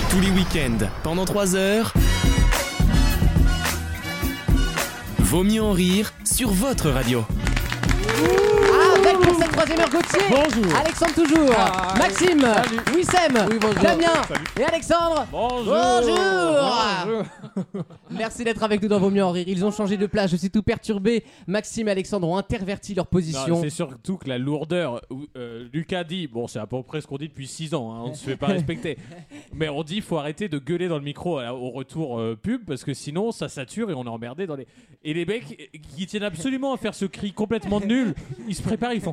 Tous les week-ends, pendant 3 heures, Vaut mieux en rire sur votre radio. Avec pour cette troisième heure Gauthier, bonjour. Alexandre toujours, Maxime, Wissem, Damien et Alexandre. Bonjour. Merci d'être avec nous dans Vaut mieux en rire. Ils ont changé de place, je suis tout perturbé. Maxime et Alexandre ont interverti leur position. Non, c'est surtout que la lourdeur, Lucas dit, bon c'est à peu près ce qu'on dit depuis 6 ans, hein, on ne se fait pas respecter. Mais on dit faut arrêter de gueuler dans le micro au retour pub parce que sinon ça sature et on est emmerdé dans les... Et les mecs qui tiennent absolument à faire ce cri complètement nul, ils se préparent, ils font...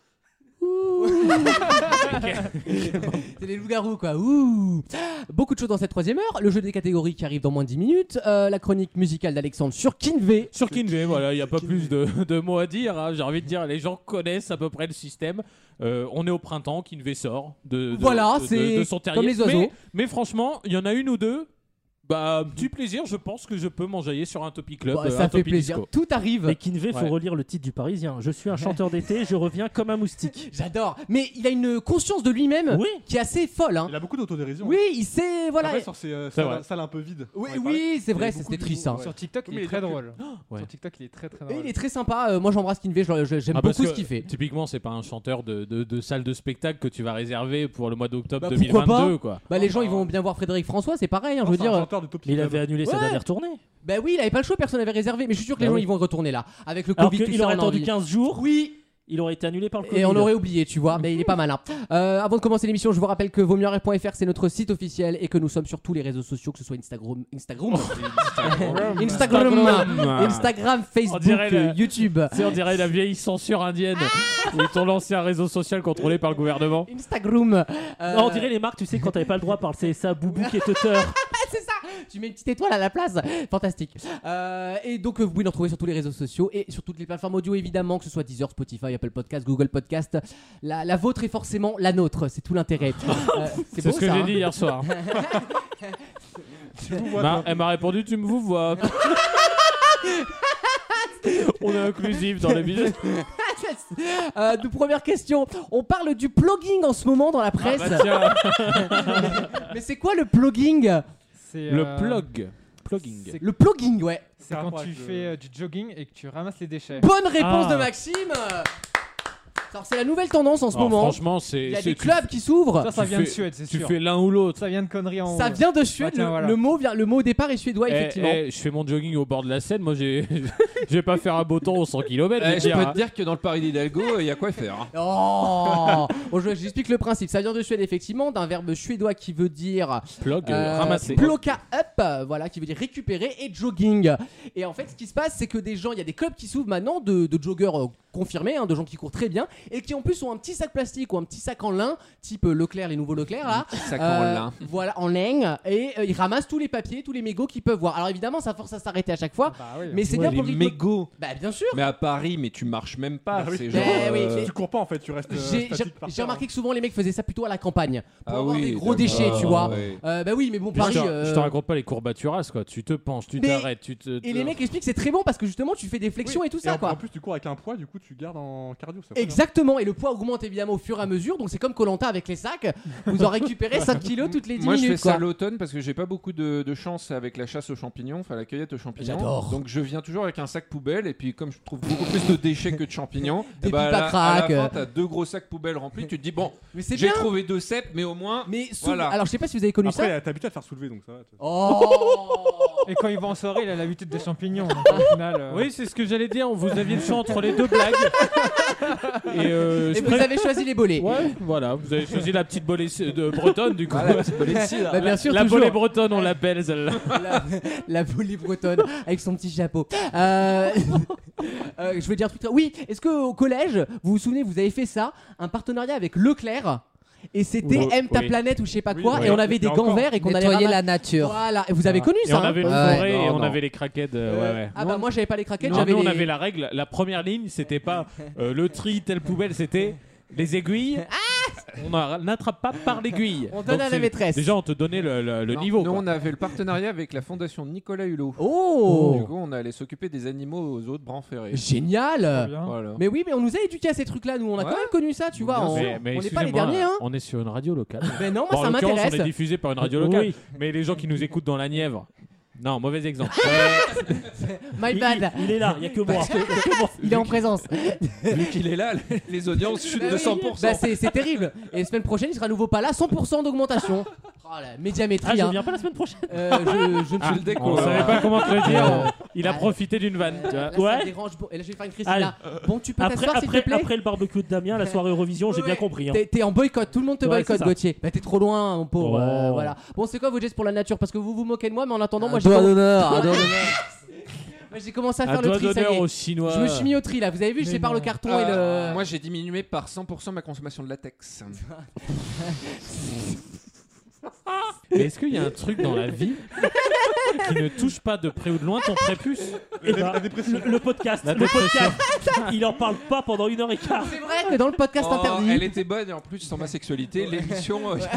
C'est des loups-garous quoi. Ouh. Beaucoup de choses dans cette troisième heure. Le jeu des catégories qui arrive dans moins de 10 minutes. La chronique musicale d'Alexandre sur Kinvé. Sur Kinvé, voilà, il n'y a pas plus de mots à dire, hein. J'ai envie de dire, les gens connaissent à peu près le système. On est au printemps, Kinvé sort de son terrier. Comme les oiseaux. Mais franchement, il y en a une ou deux. Bah, petit plaisir, je pense que je peux m'enjailler sur un Topi Club. Bah, ça fait plaisir. Disco. Tout arrive. Mais Kinvé, faut relire le titre du Parisien. Je suis un chanteur d'été, je reviens comme un moustique. J'adore. Mais il a une conscience de lui-même qui est assez folle. Hein. Il a beaucoup d'autodérision. Oui, il sait. Voilà. Après, sur ces salles un peu vides. Oui, c'est vrai, c'était triste. Hein. Sur TikTok, il est très drôle. Sur TikTok, il est très très drôle. Et il est très sympa. Moi, j'embrasse Kinvé. J'aime beaucoup ce qu'il fait. Typiquement, c'est pas un chanteur de salle de spectacle que tu vas réserver pour le mois d'octobre bah, 2022. Quoi. Bah, les gens, ils vont bien voir Frédéric François, c'est pareil. Hein, je veux dire. Il avait annulé sa dernière tournée. Bah oui, il avait pas le choix, personne n'avait réservé. Mais je suis sûr que les gens ils vont retourner là. Avec le Alors Covid, il aurait attendu 15 jours. Oui. Il aurait été annulé par le Covid. Et on aurait oublié, tu vois, mais il est pas malin. Avant de commencer l'émission, je vous rappelle que vautmieuxenrire.fr c'est notre site officiel et que nous sommes sur tous les réseaux sociaux, que ce soit Instagram, Facebook, YouTube. On dirait la vieille censure indienne où ils t'ont lancé un réseau social contrôlé par le gouvernement. Instagram. Non, on dirait les marques, tu sais, quand t'avais pas le droit par le CSA, Boubouk et Tutter. C'est ça. Tu mets une petite étoile à la place. Fantastique. Et donc vous pouvez nous retrouver sur tous les réseaux sociaux et sur toutes les plateformes audio évidemment, que ce soit Deezer, Spotify, Apple Podcast, Google Podcast. La vôtre est forcément la nôtre. C'est tout l'intérêt. C'est ce que j'ai dit hier soir. Elle m'a répondu, tu me vous vois. On est inclusif dans les budgets. De première question, on parle du plugging en ce moment dans la presse. Mais c'est quoi le plugging? Le plugging. Le plugging, ouais. C'est quand tu fais du jogging et que tu ramasses les déchets. Bonne réponse de Maxime. Alors c'est la nouvelle tendance en ce moment. Franchement, il y a des clubs qui s'ouvrent. Ça vient de Suède, c'est sûr. Tu fais l'un ou l'autre. Ça vient de conneries en haut. Ça vient de Suède. Le mot au départ est suédois effectivement. Je fais mon jogging au bord de la Seine. Moi, je vais pas faire un beau temps aux 100 km. Je peux te dire que dans le Paris d'Hidalgo, il y a quoi faire. Oh j'explique le principe. Ça vient de Suède effectivement, d'un verbe suédois qui veut dire ramasser. Plocka up, voilà, qui veut dire récupérer, et jogging. Et en fait, ce qui se passe, c'est que il y a des clubs qui s'ouvrent maintenant de joggeurs confirmés, de gens qui courent très bien et qui en plus ont un petit sac plastique ou un petit sac en lin, type Leclerc, les nouveaux Leclerc là. Sac en lin. Voilà, en laine, et ils ramassent tous les papiers, tous les mégots qu'ils peuvent voir. Alors évidemment, ça force à s'arrêter à chaque fois, mais c'est bien pour les mégots. Bah bien sûr. Mais à Paris, mais tu marches même pas. C'est genre. Tu cours pas en fait, tu restes. J'ai remarqué que souvent les mecs faisaient ça plutôt à la campagne pour avoir des gros d'accord. déchets, tu vois. Ouais. Bah oui, mais bon, Paris. Je te raconte pas les courbaturas, quoi. Tu te penches, tu t'arrêtes, Et les mecs expliquent que c'est très bon parce que justement tu fais des flexions et tout ça, quoi. En plus, tu cours avec un poids, du coup, tu gardes en cardio. Exactement, et le poids augmente évidemment au fur et à mesure, donc c'est comme Koh-Lanta avec les sacs, vous en récupérez 5 kilos toutes les 10 minutes. Moi je fais ça à l'automne parce que j'ai pas beaucoup de chance avec la chasse aux champignons, enfin la cueillette aux champignons. J'adore. Donc je viens toujours avec un sac poubelle, et puis comme je trouve beaucoup plus de déchets que de champignons, des à la crack. fin t'as 2 gros sacs poubelles remplis, tu te dis bon, j'ai bien. Trouvé 2 cèpes, mais au moins. Mais voilà. Alors je sais pas si vous avez connu ça. Après, t'as habitué à te faire soulever, donc ça va. Oh. Et quand il va en soirée, il a l'habitude des champignons. Donc au final, Oui, c'est ce que j'allais dire. Vous aviez le choix entre les deux blagues. Et vous avez choisi les bolets. Ouais, voilà. Vous avez choisi la petite bolée bretonne, du coup. Ah, la petite bolée Bah, bien sûr, la toujours. bolée bretonne, on l'appelle celle-là. La bolée bretonne avec son petit chapeau. Je veux dire un truc. Oui, est-ce qu'au collège, vous vous souvenez, vous avez fait ça, un partenariat avec Leclerc? Et c'était Aime ta planète ou je sais pas quoi, et on avait des gants verts et qu'on allait nettoyer la nature. Voilà, et vous avez connu ça. On avait une forêt et on avait les craquettes. Ah bah moi j'avais pas les craquettes, on avait la règle. La première ligne, c'était pas le tri telle poubelle, c'était Les aiguilles, on n'attrape pas par l'aiguille. On donne à la maîtresse. Déjà, on te donnait le niveau. Nous, quoi. on avait le partenariat avec la fondation Nicolas Hulot. Oh Du coup, on allait s'occuper des animaux aux autres bras ferrés. Génial. Voilà. Mais oui, mais on nous a éduqués à ces trucs-là, nous. On a quand même connu ça, tu vois. On n'est pas les excusez-moi, derniers, hein. On est sur une radio locale. Mais non, moi, Bon, en ça l'occurrence, m'intéresse. on est diffusé par une radio locale. Oui. Mais les gens qui nous écoutent dans la Nièvre. Non, mauvais exemple. My bad. Il est là, il n'y a que moi. Il est en présence. Vu qu'il est là, les audiences chutent de 100%. Bah, c'est terrible. Et la semaine prochaine, il sera à nouveau pas là, 100% d'augmentation. Oh la médiamétrie. Ah, je hein. viens pas la semaine prochaine. Je ne Tu le On découvres. savait pas comment te le dire. Euh, Il a ah, profité d'une vanne. Tu vois. Là, ça Ouais. me dérange. Et là, je vais faire une Christina. Bon, tu peux t'asseoir, s'il te plaît. Après le barbecue de Damien, la soirée Eurovision, j'ai Ouais, bien compris. Hein. T'es en boycott, tout le monde te Ouais, boycotte, c'est ça. Gauthier. Bah t'es trop loin, mon pauvre. Oh. Voilà. Bon, c'est quoi vos gestes pour la nature? Parce que vous vous moquez de moi, mais en attendant, moi Doigt d'honneur, doigt d'honneur. j'ai commencé à Un faire le doigt tri. Ça y d'honneur est. aux Chinois. Je me suis mis au tri là. Vous avez vu, je Mais sépare le non. carton et le. Moi, j'ai diminué par 100% ma consommation de latex. Mais est-ce qu'il y a un truc dans la vie qui ne touche pas de près ou de loin ton prépuce? Eh ben, le podcast, il en parle pas pendant 1h15. C'est vrai que dans le podcast interdit, Elle était bonne et en plus, sans ma sexualité, l'émission.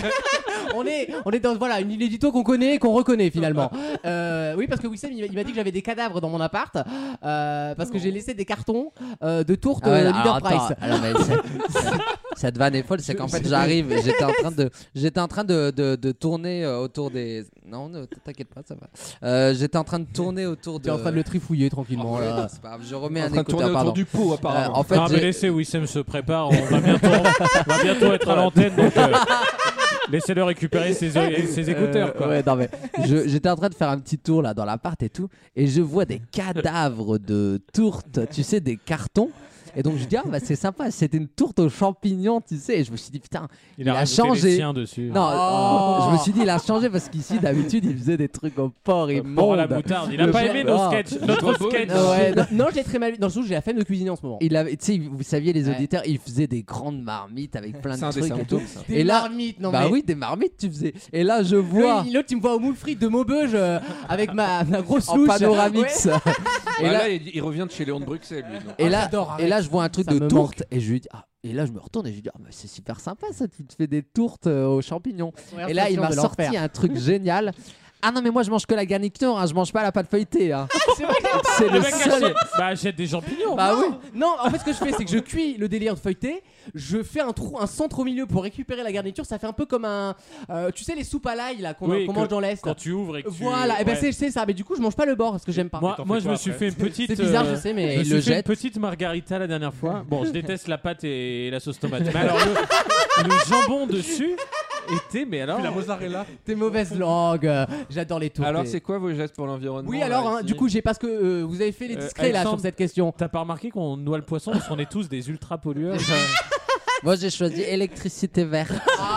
on est dans voilà une édito qu'on connaît et qu'on reconnaît finalement. Oui, parce que Wissem il m'a dit que j'avais des cadavres dans mon appart parce que j'ai laissé des cartons de tourtes Ah ouais, Leader alors, Price. attends, alors, mais cette vanne est folle, c'est qu'en fait j'arrive, j'étais en train de tourner autour des. Non, t'inquiète pas, ça va. J'étais en train de tourner autour de. T'es en train de le trifouiller tranquillement là. C'est pas grave, je remets En un train de écouteur, tourner autour pardon. du pot, apparemment. En fait, Non, mais laissez Wissem se prépare. On va bientôt être à l'antenne. Donc, laissez-le récupérer ses écouteurs. Quoi. Ouais, non, mais j'étais en train de faire un petit tour là dans l'appart et tout, et je vois des cadavres de tourtes, tu sais, des cartons. Et donc je dis, ah bah c'est sympa, c'était une tourte aux champignons, tu sais. Et je me suis dit, putain, il a rajouté changé. les siens dessus. Non, je me suis dit, il a changé parce qu'ici, d'habitude, il faisait des trucs au porc et Pour la moutarde. Il a pas aimé nos sketchs. Notre sketch. Ouais, Non, j'ai très mal. Dans le sens où j'ai la flemme de cuisiner en ce moment. il avait, tu sais, vous saviez, les Ouais. auditeurs, il faisait des grandes marmites avec plein C'est de un des trucs et tout. symptômes, ça. Des Et là, marmites, non bah mais. oui, des marmites, tu faisais. Et là, je vois L'autre, il me voit au moule frites de Maubeuge avec ma grosse en louche. panoramix. Ouais. Et Bah là, là, il revient de chez Léon de Bruxelles, lui. donc. et là, j'adore, et là, je vois un truc Ça de me tourte manque. et je lui dis, ah. Et là, je me retourne et je lui dis, ah, mais c'est super sympa ça, tu te fais des tourtes aux champignons. Et là, il m'a sorti un truc génial. Ah non, mais moi je mange que la garniture, hein, je mange pas la pâte feuilletée. Hein. C'est vrai que C'est le Le mec seul. achète des champignons. Bah oui. Non, en fait, ce que je fais, c'est que je cuis le délire de feuilleté. Je fais un centre au milieu pour récupérer la garniture. Ça fait un peu comme un. Tu sais, les soupes à l'ail là qu'on Oui, mange dans l'Est. Quand tu ouvres et que tu. Voilà, et ben Ouais. c'est ça. Mais du coup, je mange pas le bord parce que j'aime pas. Moi, je me suis fait une petite. C'est bizarre, je sais, mais Je me il suis le fait une jette. petite margarita la dernière fois. Bon, je déteste la pâte et la sauce tomate. Mais alors, le jambon dessus était. Mais alors. Puis la mozzarella. T'es mauvaise langue. J'adore les tourtes. Alors, et- c'est quoi vos gestes pour l'environnement? Oui, là, alors, hein, ici du coup, j'ai parce que vous avez fait les discrets là Alexandre, sur cette question. T'as pas remarqué qu'on noie le poisson parce qu'on est tous des ultra pollueurs? Moi j'ai choisi électricité verte.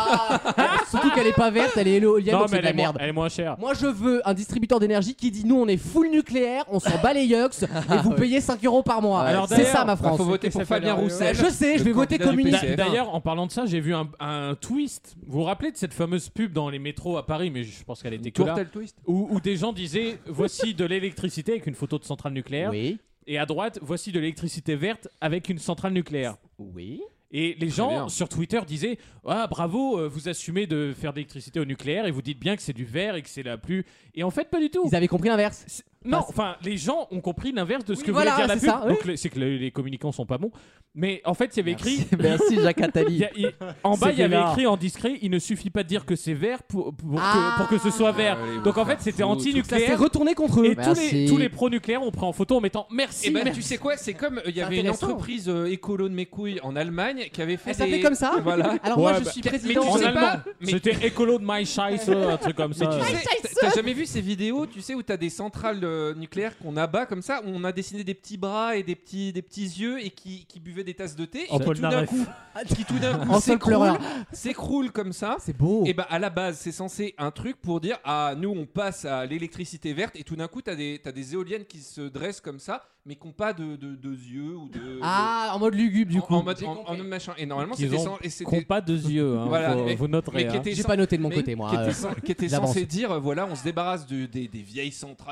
Surtout qu'elle est pas verte, elle est éolienne, Non, donc mais c'est de la merde. elle est moins chère. Moi je veux un distributeur d'énergie qui dit nous on est full nucléaire, on s'en bat les yucks et vous payez 5 € par mois. Alors, c'est d'ailleurs, ça ma France. Faut voter pour Fabien Roussel. Je sais, je vais voter candidat du communiste. PCF. D'ailleurs, en parlant de ça, j'ai vu un twist. Vous vous rappelez de cette fameuse pub dans les métros à Paris, mais je pense qu'elle était que là, Tourtel twist. où des gens disaient voici de l'électricité avec une photo de centrale nucléaire, Oui. et à droite voici de l'électricité verte avec une centrale nucléaire. Oui. Et les Très gens bien. sur Twitter disaient ah bravo, vous assumez de faire de l'électricité au nucléaire et vous dites bien que c'est du vert et que c'est la plus. Et en fait pas du tout. Ils avaient compris l'inverse. Non, enfin les gens ont compris l'inverse de ce Oui, que voilà, voulait dire la c'est pub. ça, oui. Donc c'est que les communicants sont pas bons. Mais en fait il y avait écrit. Merci Jacques Il Attali. y a- en bas, C'est il y avait vénard. écrit en discret il ne suffit pas de dire que c'est vert pour Ah. que ce soit vert. Allez, Donc vous en fait, faire c'était foutre. Ça s'est anti-nucléaire. retourné contre Et eux. Merci. tous les pro-nucléaires ont pris en photo en mettant merci. Et ben, merci. tu sais quoi, c'est comme il y avait une intéressant. entreprise écolo de mes couilles en Allemagne qui avait fait. Elle s'appelait comme ça. Voilà. Alors moi Ouais, je bah, suis mais président. tu En sais allemand. pas, mais- C'était écolo de my scheiße, un truc comme Mais ça. tu sais, t'as jamais vu ces vidéos, tu sais, où t'as des centrales nucléaires qu'on abat comme ça, où on a dessiné des petits bras et des petits yeux et qui buvaient des tasses de thé En et qui tout d'un coup En seul pleureur. s'écroulent comme ça. C'est beau. Et bah à la base c'est censé un truc pour dire ah nous on passe à l'électricité verte et tout d'un coup t'as des éoliennes qui se dressent comme ça mais qui n'ont pas de yeux ou de Ah, en mode lugubre du coup. en mode J'ai en compris. mode machin et normalement Qu'ils c'était ont- et Qu'ont c'était pas 2 yeux, hein, Voilà, vous noterez. mais qui hein. était J'ai pas noté de mon mais côté moi. qui était J'avance. censé dire voilà on se débarrasse des vieilles centrales nucléaires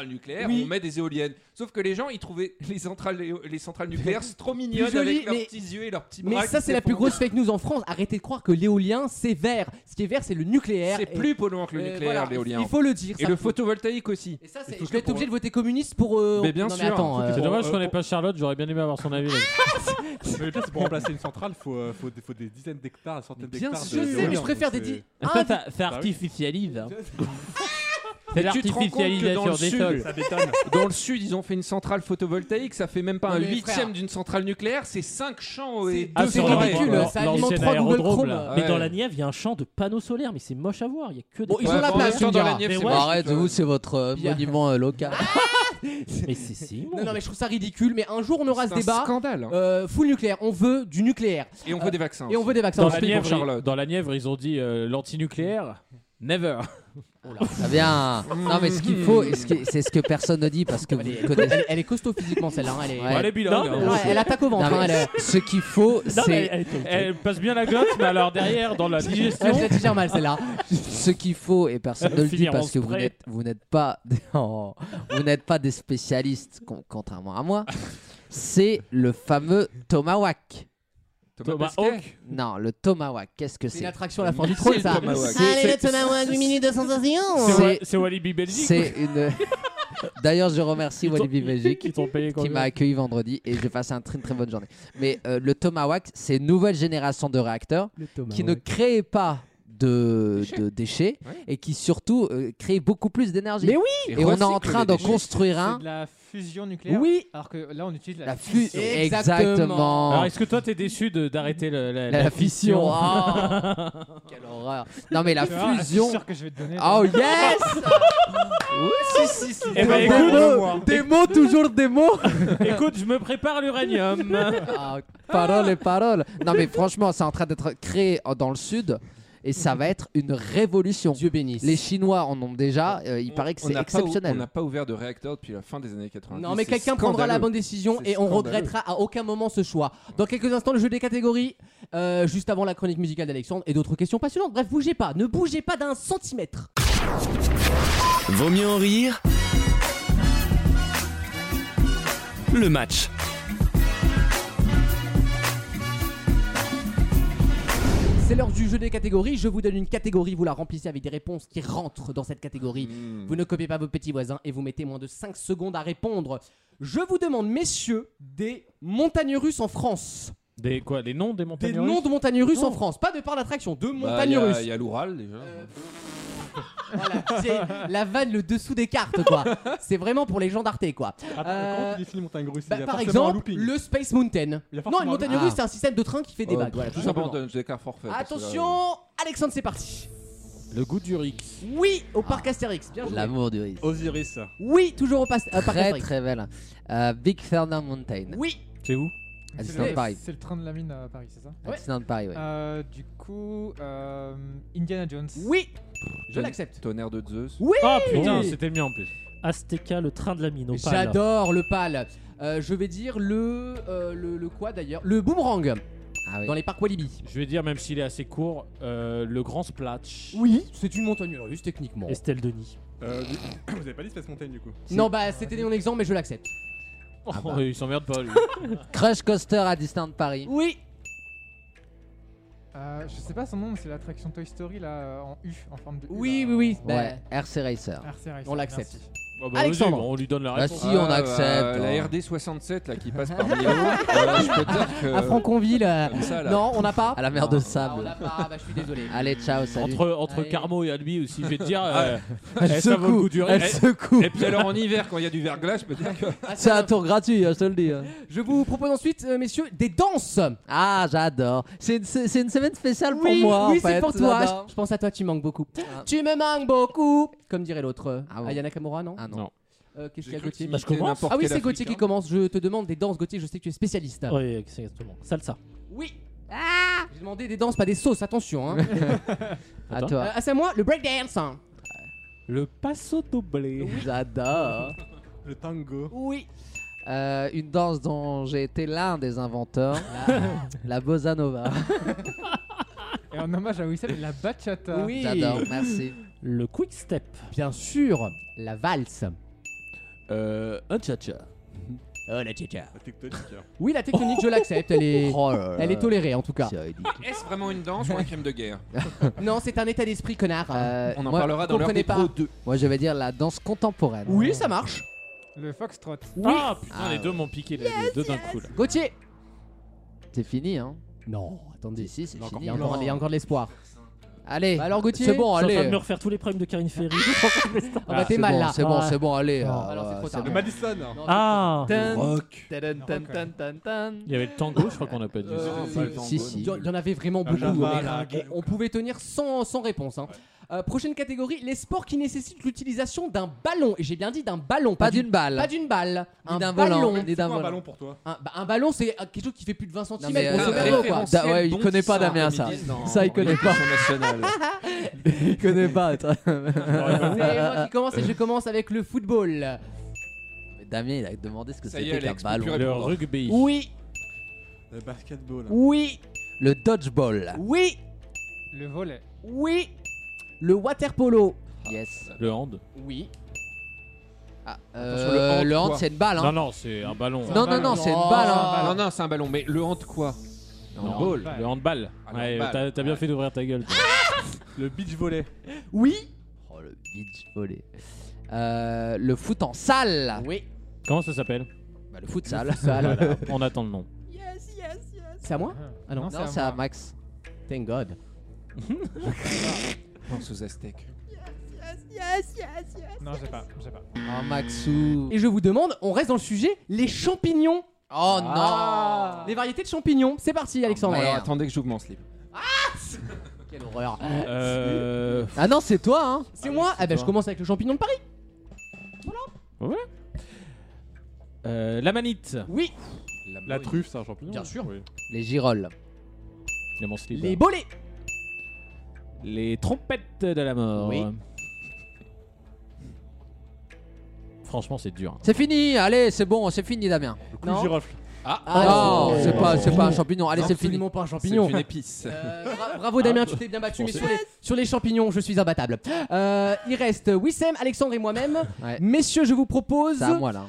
nucléaire, Oui. on met des éoliennes. Sauf que les gens, ils trouvaient les centrales nucléaires trop mignonnes Plus joli, avec leurs mais- petits yeux et leurs petits bras. Mais ça, qui c'est la plus s'effondrent. grosse fake news en France. Arrêtez de croire que l'éolien, c'est vert. Ce qui est vert, c'est le nucléaire. C'est Et- plus polluant que le nucléaire, voilà, l'éolien. Il faut le dire. Et ça le faut- photovoltaïque aussi. Et ça, Il c'est. faut Je vais que être obligé pour- de voter communiste pour. Mais bien non, mais sûr. attends. C'est dommage qu'on pour- n'ait pas Charlotte, j'aurais bien aimé avoir son avis là-dessus. Mais le pire, c'est pour remplacer une centrale, faut des dizaines d'hectares, centaines Bien d'hectares. sûr. Je sais, mais je préfère des. Ça artificialise. C'est Mais tu te rends compte que l'artificialisation dans le des sud, sols. Ça bétonne. Dans le sud, ils ont fait une centrale photovoltaïque, ça fait même pas Non, un mais huitième frère. d'une centrale nucléaire, c'est 5 champs et Ah, 2 c'est vrai. ridicule. Alors, Ça alimente l'ancien 3 Google aérodrome, Chrome. là. Mais Ouais. dans la Nièvre, il y a un champ de panneaux solaires, mais c'est moche à voir. Il y a que des. Bon, ils ont la en place, même tu me temps, dans diras. la Nièvre, Mais c'est ouais. moche. Arrête, vous, c'est votre Bien. monument local. Mais c'est Non, mais je trouve ça ridicule. Mais un jour, on aura C'est ce un débat. scandale. Hein. Full nucléaire. On veut du nucléaire. Et on veut des vaccins. Et on aussi. veut des vaccins. Dans On la, se fait Nièvre, pour Charlotte. dans la Nièvre, ils ont dit l'antinucléaire, never. Très bien. Non, mais ce qu'il faut, c'est ce que personne ne dit parce que vous connaissez. Elle est costaud physiquement, celle-là. hein, Elle est. Ouais. Elle est bilingue. Non, hein. mais- Ouais, elle attaque au ventre. Non, hein, mais elle est- ce qu'il faut, Non, mais c'est Elle passe bien la glotte, mais alors derrière, dans la digestion. Je la digère mal, celle-là. ce qu'il faut et personne ne le dit Finir en parce que spray. vous n'êtes pas vous n'êtes pas des spécialistes contrairement à moi. C'est le fameux tomahawk. Thomas Tomahawk. Pesquet. Non, le tomahawk, qu'est-ce que C'est une c'est? attraction à la fin du C'est trône, le ça. Tomahawk. Allez, le Tomahawk, 8 minutes de sensation. C'est Walibi Belgique. C'est une. D'ailleurs, je remercie Ils t'ont- Walibi Belgique Qui t'ont payé qui combien m'a accueilli vendredi et j'ai passé une très bonne journée. Mais le tomahawk, c'est une nouvelle génération de réacteurs qui ne créent pas de déchets Ouais. et qui surtout créent beaucoup plus d'énergie. Mais oui. Et on est en recycle train les de déchets. construire C'est un. de la fusion nucléaire. Oui. Alors que là, on utilise La la fusion. fission. Exactement. Alors, est-ce que toi, t'es déçu d'arrêter La fission. Oh, quelle horreur. Non, mais la Tu vois, fusion. C'est sûr que je vais te donner. Oh yes. Eh ben, Des écoute, mots, des mots, toujours des mots. écoute, je me prépare l'uranium. Ah, paroles et paroles. Non, mais franchement, c'est en train d'être créé dans le sud et ça va être une révolution. Dieu bénisse. Les Chinois en ont déjà. Il paraît que On c'est n'a pas exceptionnel. on n'a pas ouvert de réacteur depuis la fin des années 90. Non, mais C'est quelqu'un prendra la scandaleux. bonne décision C'est et on scandaleux. regrettera à aucun moment ce choix. Dans quelques instants, le jeu des catégories, juste avant la chronique musicale d'Alexandre et d'autres questions passionnantes. Bref, bougez pas, ne bougez pas d'un centimètre. Vaut mieux en rire. Le match. C'est l'heure du jeu des catégories. Je vous donne une catégorie, vous la remplissez avec des réponses qui rentrent dans cette catégorie. Vous ne copiez pas vos petits voisins et vous mettez moins de 5 secondes à répondre. Je vous demande, messieurs, des montagnes russes en France. Des quoi? Les noms des Des montagnes noms russes de montagnes russes en France. Pas de parcs d'attraction, de Bah, montagnes russes. Il y a l'Oural déjà. Voilà, c'est la vanne, le dessous des cartes, quoi. C'est vraiment pour les gens d'Arte, quoi. Attends, comment tu définis montagne russe? Bah, Il y a par forcément un exemple, looping. le Space Mountain. Il y a Non, une forcément un montagne looping. russe, c'est un système de train qui fait des vagues. Voilà, tout Tout simplement, simplement. donne des cartes forfait. parce que là, Attention, Alexandre, c'est parti. Le goût du Rix. Oui, au parc Astérix. Bien joué. L'amour du risque. Osiris. Oui, toujours au parc Très Astérix. très belle. Big Thunder Mountain. Oui, C'est où? À C'est Disneyland le- Paris. C'est le train de la mine à Paris, c'est ça À Disneyland Paris, ouais. Du coup, Indiana Jones. oui, je Tonne- l'accepte. Tonnerre de Zeus. Oui. Oh putain, c'était le mien en plus. Azteca, le train de la mine. Opale. J'adore le pal. Je vais dire le quoi d'ailleurs? Le boomerang Ah oui. dans les parcs Walibi. Je vais dire, même s'il est assez court, le Grand Splatch. Oui, c'est une montagne russe techniquement. Estelle Denis. Vous avez pas dit Space Mountain du coup? Non, bah c'était mon exemple, mais je l'accepte. Oh, il s'emmerde pas lui. Crush Coaster à Disneyland Paris. Oui, Je sais pas son nom, mais c'est l'attraction Toy Story là en U, en forme de U. oui, là. oui, oui. Bah, Ouais, RC Racer. RC Racer, on l'accepte. merci. Oh, bah, Alexandre. vas-y, on lui donne la Bah réponse. si, on accepte. La hein. RD67 là qui passe par Millau. Je peux te dire que. À Franconville. Comme ça, là. Non, on n'a pas. À la mer de Ah, on sable. n'a pas. Bah, je suis désolé. Allez, ciao, salut. Entre Allez. Carmo et Albi aussi, je vais te dire. Elle ça vaut le secoue, goût du elle Rix. secoue. Et puis alors en hiver, quand il y a du verglas, je peux te dire que. Ah, C'est un tour gratuit, je te le dis. hein. Je vous propose ensuite, messieurs, des danses. Ah, j'adore. C'est une semaine spéciale pour Oui, moi. oui, en c'est fait. pour toi. J'adore. Je pense à toi, tu manques beaucoup. Ah. Tu me manques beaucoup. Comme dirait l'autre. Ah bon. Aya Nakamura, non Ah non. Non. Qu'est-ce qu'il y J'ai a, cru Gauthier que je commence. Ah oui, c'est Gauthier qui commence. Je te demande des danses, Gauthier. Je sais que tu es spécialiste. Oui, exactement. Salsa. Oui. J'ai demandé des danses, pas des sauces. Attention. Hein. À toi. C'est à moi, le breakdance. Le Passo Doblé. J'adore. Le tango. Oui. Une danse dont j'ai été l'un des inventeurs. La bossa nova. Et en hommage à Wissem, la bachata. Oui. J'adore, merci. Le quick step. Bien sûr, la valse. Un tcha-tcha. Oh la tcha-tcha. La tectonique. Oui, la tectonique, je l'accepte. Elle est Oh là là. elle est tolérée en tout cas. C'est ridicule. Est-ce vraiment une danse ou un crime de guerre? Non, c'est un état d'esprit, connard. On en moi, parlera dans l'heure comprenez des pros pas. 2. moi, je vais dire la danse contemporaine. Oui, ça marche. Le foxtrot. Ah putain, Ah, les deux m'ont piqué, les deux d'un coup là. Gauthier. C'est fini, hein. Non, attendez. Si, c'est Il fini. y a encore de l'espoir. Allez. Bah alors, Gauthier. C'est bon, Je suis en train de allez. me refaire tous les problèmes de Karine Ferry. Ah bah t'es C'est mal bon, là. C'est bon, Ah. c'est bon, allez. Non, alors c'est trop tard. Le Madison. Ah Rock. Il y avait le tango, je crois qu'on n'a pas dit. Si. Il y en avait vraiment beaucoup. Java, mais on pouvait tenir sans réponse. Hein. Prochaine catégorie, les sports qui nécessitent l'utilisation d'un ballon. Et j'ai bien dit d'un ballon. Pas d'une balle. Pas d'une balle. Ni d'un ballon. volant. Ni C'est d'un quoi un volant. ballon pour toi? Un ballon, c'est quelque chose qui fait plus de 20 cm. Non, mais, grosso euh, merdo, quoi. Ouais, il connaît pas Damien, ça. Ça, il connaît pas. Il connaît pas. toi. C'est moi qui commence et je commence avec le football. Mais Damien, il a demandé ce que Ça y est, c'était qu'un Alex, ballon. plus plus Le répondre. rugby. Oui, Le basketball. oui, Le dodgeball. oui, Le volet. oui. Le water polo. Yes. Le hand. Oui. Ah, Attention, le hand, le hand, quoi. c'est une balle. Non, Hein. non, c'est un ballon. Non, c'est une balle. Hein. Non, non, c'est un ballon. Mais le hand quoi? Non, handball. Le handball. Ah, le Ouais, handball. t'as bien fait d'ouvrir ta gueule. Le beach volley. Oui. Oh, le beach volley. Le foot en salle. Oui. Comment ça s'appelle? Bah, le foot salle. Voilà, on attend le nom. C'est à moi? Ah non. Non, Non, c'est à Max. Thank God. Pense aux Aztèques. Non, j'ai pas. Oh, Maxou. Et je vous demande, on reste dans le sujet, les champignons. Oh non. Les variétés de champignons. C'est parti, Alexandre. merde. Alors attendez que j'ouvre mon slip. Quelle horreur. Ah non, c'est toi, hein. C'est moi. Ah bah je commence avec le champignon de Paris. La manite. Oui. La truffe, c'est un champignon. Bien sûr. Oui. Les girolles. Il y a mon slip. Les bolets. Les trompettes de la mort. Oui. Franchement, c'est dur. C'est fini. Allez, c'est bon, c'est fini, Damien. Le coup Non. de girofle. non, c'est- c'est pas un champignon. Allez, c'est fini. Absolument pas un champignon. C'est une épice. Bravo Damien, tu t'es bien battu, mais sur les champignons, je suis imbattable. Il reste Wissem, Alexandre et moi-même. Ouais. Messieurs, je vous propose C'est à moi là.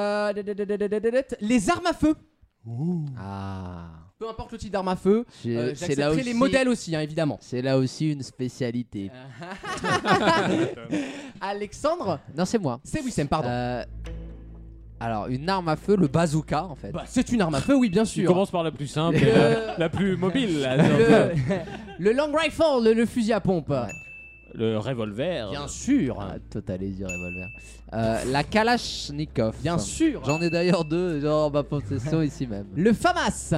les armes à feu. Ah. Peu importe le type d'arme à feu. C'est là J'accepterai aussi. les modèles aussi, hein, évidemment. C'est là aussi une spécialité. Alexandre, Non, c'est moi. c'est Wissem, pardon. Alors, une arme à feu, le bazooka en fait. Bah, c'est une arme à feu, oui, bien Tu sûr. commences par la plus simple, Le- et la plus mobile. Là. Le long rifle, le fusil à pompe. Ouais. Le revolver. Bien sûr. Ah, toi, t'as les yeux revolver. La Kalachnikov. Bien sûr. J'en ai d'ailleurs deux dans ma possession ici même. Le FAMAS.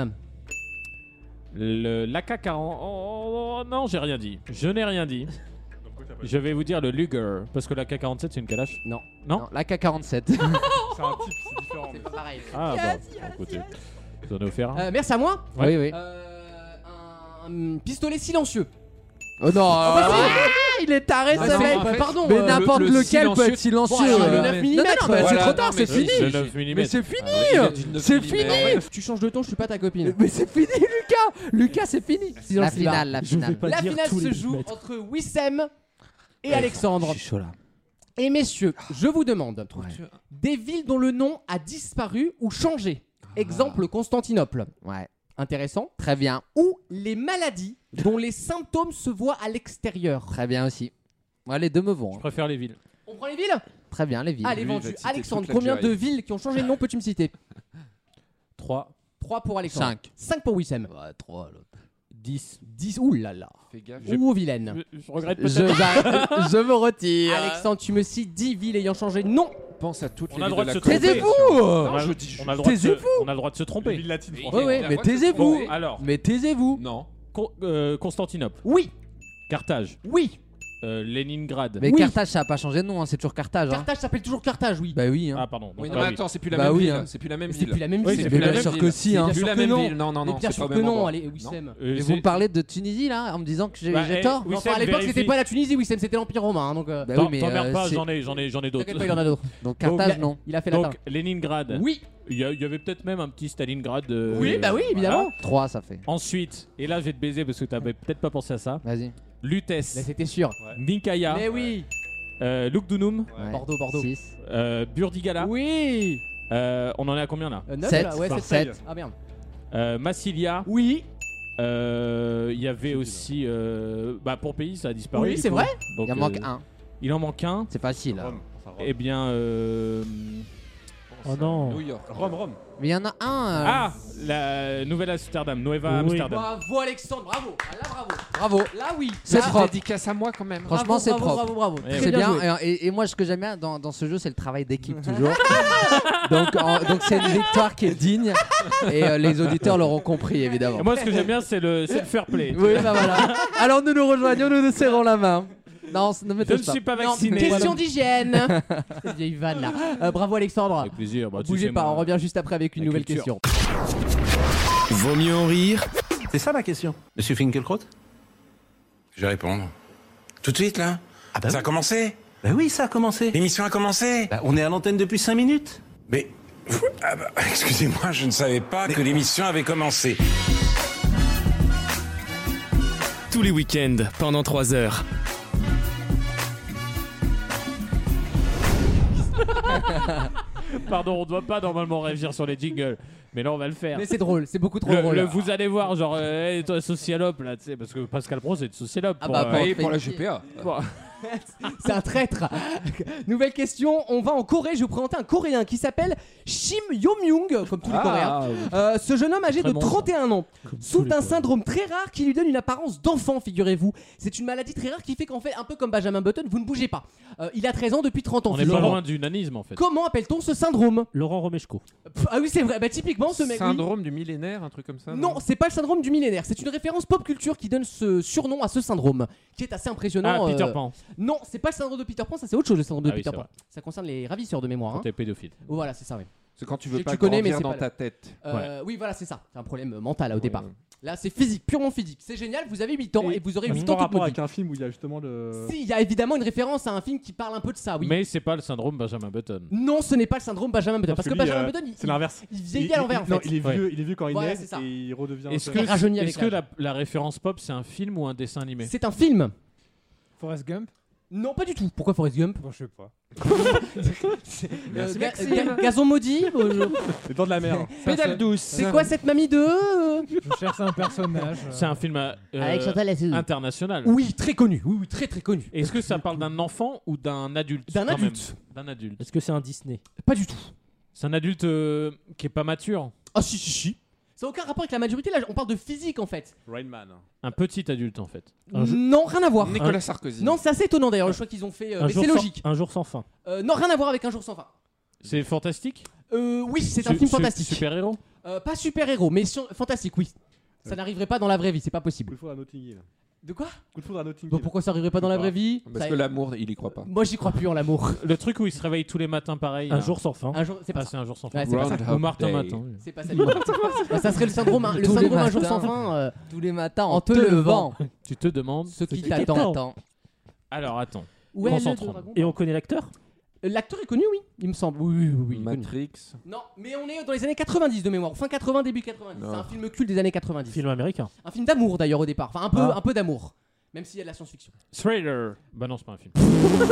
Le l'AK-40. Oh, non, j'ai rien dit. Je n'ai rien dit. Je vais vous dire le Luger. Parce que l'AK-47, c'est une calache. Non. Non. l'AK-47. C'est un type, c'est différent. C'est pas pareil. Ah, bon. Écoutez. J'en ai offert un. Merci à moi. Oui, oui. Un pistolet silencieux. Oh non, bah, il est taré Bah, ce c'est- mec. bah, pardon. Mais n'importe le lequel peut être silencieux- silencieux. Bon, alors, le ouais. 9 mm. Non, mais c'est Voilà, trop tard, non, mais c'est fini. Le 9 mm. Mais c'est fini. C'est fini. Tu changes de ton, je suis pas ta copine. Mais c'est fini, Lucas. Lucas, c'est fini. Silence, La finale, la Je vais finale. pas La dire finale tous se les joue millimètres. entre Wissem et Alexandre. Je suis chaud là. Et messieurs, je vous demande Ouais. des villes dont le nom a disparu ou changé. Exemple Constantinople. Ouais. Intéressant. Très bien. Ou les maladies dont les symptômes se voient à l'extérieur. Très bien aussi. Ouais, les deux me vont. Je hein. préfère les villes. On prend les villes. Très bien, les villes. Allez, Lui, il va vendu. te citer Alexandre, toute combien de l'Algérie. villes qui ont changé de nom peux-tu me citer 3, 3 pour Alexandre. 5. 5 pour Wissem. Ouais, 3 l'autre. 10. 10. Ouh là là. Fais gaffe. Ouh, vilaine. Je regrette Je, peut-être. je me retire. Alexandre, tu me cites 10 villes ayant changé de nom. Pense à toutes On les a le villes droit de se la tromper. Constitution. On a- je dis on a le droit de se- Taisez-vous. on a le droit de se Les tromper. villes latines Oui, françaises. Ouais, Il a mais le droit de se taisez-vous. tromper. Alors, Mais taisez-vous. Non. Constantinople, Oui. Carthage, Oui. Leningrad. Mais Oui. Carthage, ça a pas changé de nom, hein, c'est toujours Carthage. Hein. Carthage s'appelle toujours Carthage, oui. Bah oui. Hein. Ah, pardon. Oui, donc, non, ah mais oui. attends, c'est plus la Bah même oui, ville. hein. C'est plus la même Mais c'est ville. plus la même Oui, ville. c'est Mais plus la bien même sûr ville. que si. Hein. Bien Plus sûr la que même non. ville. Non, non, Mais non. bien c'est sûr pas que au même non, endroit. allez, Wissem. Et vous me parlez de Tunisie là en me disant que j'ai Bah, tort oui, Enfin, à l'époque, c'était vérifie. pas la Tunisie, Wissem, c'était l'Empire romain. Hein, donc, Bah T'en- oui, mais T'emmerdes pas, c'est- j'en ai d'autres. t'inquiète pas, il en a d'autres. donc Carthage non. Il a fait latin. Donc, Leningrad. Oui. Il y avait peut-être même un petit Stalingrad. Oui, bah oui, évidemment. 3 ça fait. Ensuite, et là je vais te baiser parce que t'avais peut-être pas pensé à ça. Vas-y. Là, Lutèce, c'était sûr. Nikaya, Mais oui. Lugdunum. Ouais. Bordeaux. 6. Burdigala. Oui. On en est à combien là 9 Sept. là, ouais, c'est Sept. 7. Ah merde. Massilia. Oui. Il y avait aussi. Pompéi, ça a disparu. Oui, du c'est coup. vrai. Donc, Il en manque un. Il en manque un. C'est facile. hein. Rome. Enfin, Rome. Eh bien. Oh non. New York. Rome. Mais il y en a un. Ah, la Nouvelle Amsterdam, Nueva Oui. Amsterdam. Bravo Alexandre, bravo. Ah, là bravo. Bravo. Là oui. C'est Là, propre. Dédicace à moi quand même. Franchement, bravo, c'est bravo, propre. Bravo. Eh Très C'est bien. bien. joué. Et moi, ce que j'aime bien dans ce jeu, c'est le travail d'équipe toujours. donc c'est une victoire qui est digne. Et les auditeurs l'auront compris, évidemment. Et moi, ce que j'aime bien, c'est le fair play. Oui, bah voilà. Alors nous nous rejoignons, nous nous serrons la main. Non, ne me Je ne touche pas. suis pas Non, vacciné. question d'hygiène. Cette vieille vanne là. Bravo Alexandre. Avec plaisir. Bah, tu Bougez sais, pas, moi, on revient juste après avec une la nouvelle culture. question. Vaut mieux en rire C'est ça ma question, Monsieur Finkielkraut? Je vais répondre. Tout de suite, là Ah bah Ça a oui. commencé Bah oui, ça a commencé. L'émission a commencé Bah, on est à l'antenne depuis 5 minutes. Mais... excusez-moi, je ne savais pas que l'émission avait commencé. tous les week-ends pendant 3 heures. Pardon, on doit pas normalement réagir sur les jingles, mais là on va le faire. Mais c'est drôle, c'est beaucoup trop drôle. Vous allez voir, genre, hey, toi socialope là, tu sais, parce que Pascal Pro c'est une socialope. Ah pour, bah, Oui, pour la GPA. pour- C'est un traître. Nouvelle question, on va en Corée. Je vais vous présenter un Coréen qui s'appelle Shim Yo-myung, comme tous les Coréens. Ce jeune homme âgé Très de bon, 31 ans tous souffre les d'un Coréens. syndrome très rare qui lui donne une apparence d'enfant, figurez-vous. C'est une maladie très rare qui fait qu'en fait, un peu comme Benjamin Button, vous ne bougez pas. Il a 13 ans depuis 30 ans. On est pas Laurent. loin du nanisme en fait. Comment appelle-t-on ce syndrome? Laurent Romeshko. Ah oui, c'est vrai. Bah, typiquement, ce mec. oui. Syndrome du millénaire, un truc comme ça. Non, c'est pas le syndrome du millénaire. C'est une référence pop culture qui donne ce surnom à ce syndrome, qui est assez impressionnant. Ah, Peter Pan, Non, c'est pas le syndrome de Peter Pan, ça c'est autre chose, le syndrome de Ah oui, Peter c'est Pan. vrai. Ça concerne les ravisseurs de mémoire. quand Hein. t'es pédophile. Voilà, c'est ça, oui. C'est quand tu Je veux sais pas que tu connais, mais grandir c'est dans pas ta tête. Oui, voilà, c'est ça. C'est un problème mental au départ. Ouais. Là, c'est physique, purement physique. C'est génial, vous avez 8 ans et, vous aurez 8 en ans toute rapport votre avec vie. un film où il y a justement le. Si, il y a évidemment une référence à un film qui parle un peu de ça, oui. Mais c'est pas le syndrome Benjamin Button. Non, ce n'est pas le syndrome Benjamin Button. Parce que lui, Benjamin Button, c'est l'inverse. il vieillit à l'envers en Non, fait. il est vieux quand il Voilà, est c'est ça. et il redevient. Est-ce un peu- que, rajeunit avec est-ce que l'âge. la référence pop c'est un film ou un dessin animé? C'est un film. Forrest Gump. Non, pas du tout. Pourquoi Forrest Gump? Bon, je sais pas. Merci, Maxime. Gazon maudit. Les dents de la mer. Pédale douce. C'est quoi cette mamie de Je cherche un personnage. C'est un film international. Oui, très connu. Oui, très très connu. Est-ce que ça parle d'un enfant ou d'un adulte? D'un quand même adulte. D'un adulte. Est-ce que c'est un Disney? Pas du tout. C'est un adulte qui est pas mature. Ah si. Ça n'a aucun rapport avec la majorité, là on parle de physique en fait. Rain Man. Un petit adulte en fait. Non, rien à voir. Nicolas Sarkozy. Non, c'est assez étonnant d'ailleurs le choix qu'ils ont fait, mais c'est logique. Un jour sans fin. Non, rien à voir avec Un jour sans fin. C'est fantastique? Oui, c'est un film fantastique. Super-héros? Pas super-héros, mais fantastique, oui. Ça n'arriverait pas dans la vraie vie, c'est pas Coup possible. de foudre à Notting Hill. De quoi? Coup de foudre à Notting Bon, Hill. pourquoi ça arriverait pas dans la vraie vie? Parce que l'amour, il y croit pas. Moi j'y crois plus en l'amour. Le truc où il se réveille tous les matins pareil. Un là. jour sans fin. Un jour, c'est pas Ah, ça. c'est un jour sans fin. Ouais, c'est pas ça. Groundhog Ou Martin Day. Matin. oui. C'est pas ça. du tout. Ça serait le syndrome, Tous les Un jour matins. sans fin. Tous les matins En en te te levant. levant. Tu te demandes. Ce qui t'attend. t'attend. Attends. Alors attends. Où est le Concentrons. dragon? Et on connaît l'acteur? L'acteur est connu, oui, il me semble. Oui, il est connu. Matrix. Non, mais on est dans les années 90 de mémoire, fin 80, début 90. Non. C'est un film culte des années 90. Film américain. Un film d'amour d'ailleurs au départ, enfin un peu d'amour, même s'il y a de la science-fiction. Thriller. Bah non, c'est pas un film.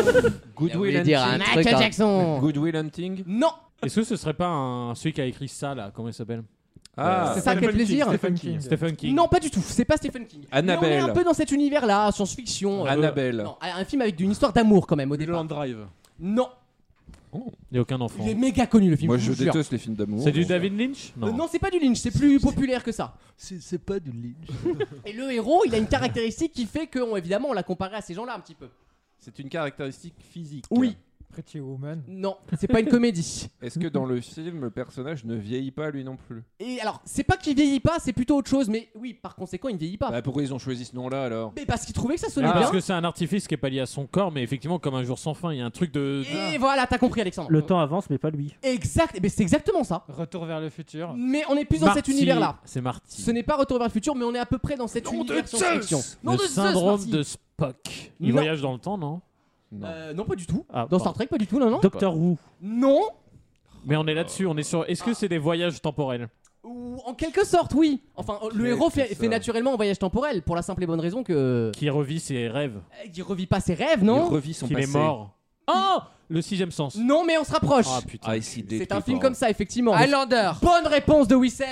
Good voulait Will dire un Hunting. truc, Michael hein. Jackson. Good Will Hunting. Non, Est-ce que ce serait pas celui qui a écrit ça là? Comment il s'appelle? Ah, c'est ça, quel plaisir. Stephen King. Stephen King. Non, pas du tout, c'est pas Stephen King. Annabelle. Mais on est un peu dans cet univers-là, science-fiction. Annabelle. Non, un film avec une histoire d'amour quand même au Mulholland départ. Drive. Non, Il n'y a aucun enfant. il est méga connu le film. Moi, je je vous jure. déteste les films d'amour. C'est du David Lynch? Non, c'est pas du Lynch, c'est plus populaire que ça. C'est pas du Lynch. Et le héros, il a une caractéristique qui fait que, évidemment, on l'a comparé à ces gens-là un petit peu. C'est une caractéristique physique. Oui. Pretty Woman. Non, c'est pas une comédie. Est-ce que dans le film, le personnage ne vieillit pas lui non plus? Et alors, c'est pas qu'il vieillit pas, c'est plutôt autre chose, mais oui, par conséquent, il ne vieillit pas. Bah, pourquoi ils ont choisi ce nom-là alors? Mais parce qu'il trouvait que ça sonnait Parce bien. que c'est un artifice qui est pas lié à son corps, mais effectivement, comme Un jour sans fin, il y a un truc de. Et voilà, t'as compris, Alexandre. Le temps avance, mais pas lui. Exact, mais c'est exactement ça. Retour vers le futur. Mais on est plus dans cet Marty. univers-là. C'est Marty. Ce n'est pas Retour vers le futur, mais on est à peu près dans cet univers science-fiction. Nom Le de Zeus, syndrome Marty. de Spock. Il Non. voyage dans le temps, non? Non, pas du tout. Ah, Dans pardon. Star Trek, pas du tout, non. Doctor Who. Non. Mais on est là-dessus, on est sur. Est-ce que c'est des voyages temporels? Ou en quelque sorte, oui. Enfin, le héros fait naturellement un voyage temporel, pour la simple et bonne raison que. Qui revit ses rêves? Il revit pas ses rêves, Il non? revit son Qu'il passé. est mort? Oh, le sixième sens. Non, mais on se rapproche. Ah putain. C'est un film comme ça, effectivement. Highlander. Bonne réponse de Wissem.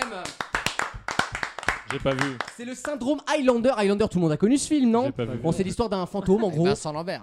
J'ai pas vu. C'est le syndrome Highlander. Highlander, tout le monde a connu ce film, non? J'ai pas vu. Bon, c'est l'histoire d'un fantôme, en gros. Vincent Lambert.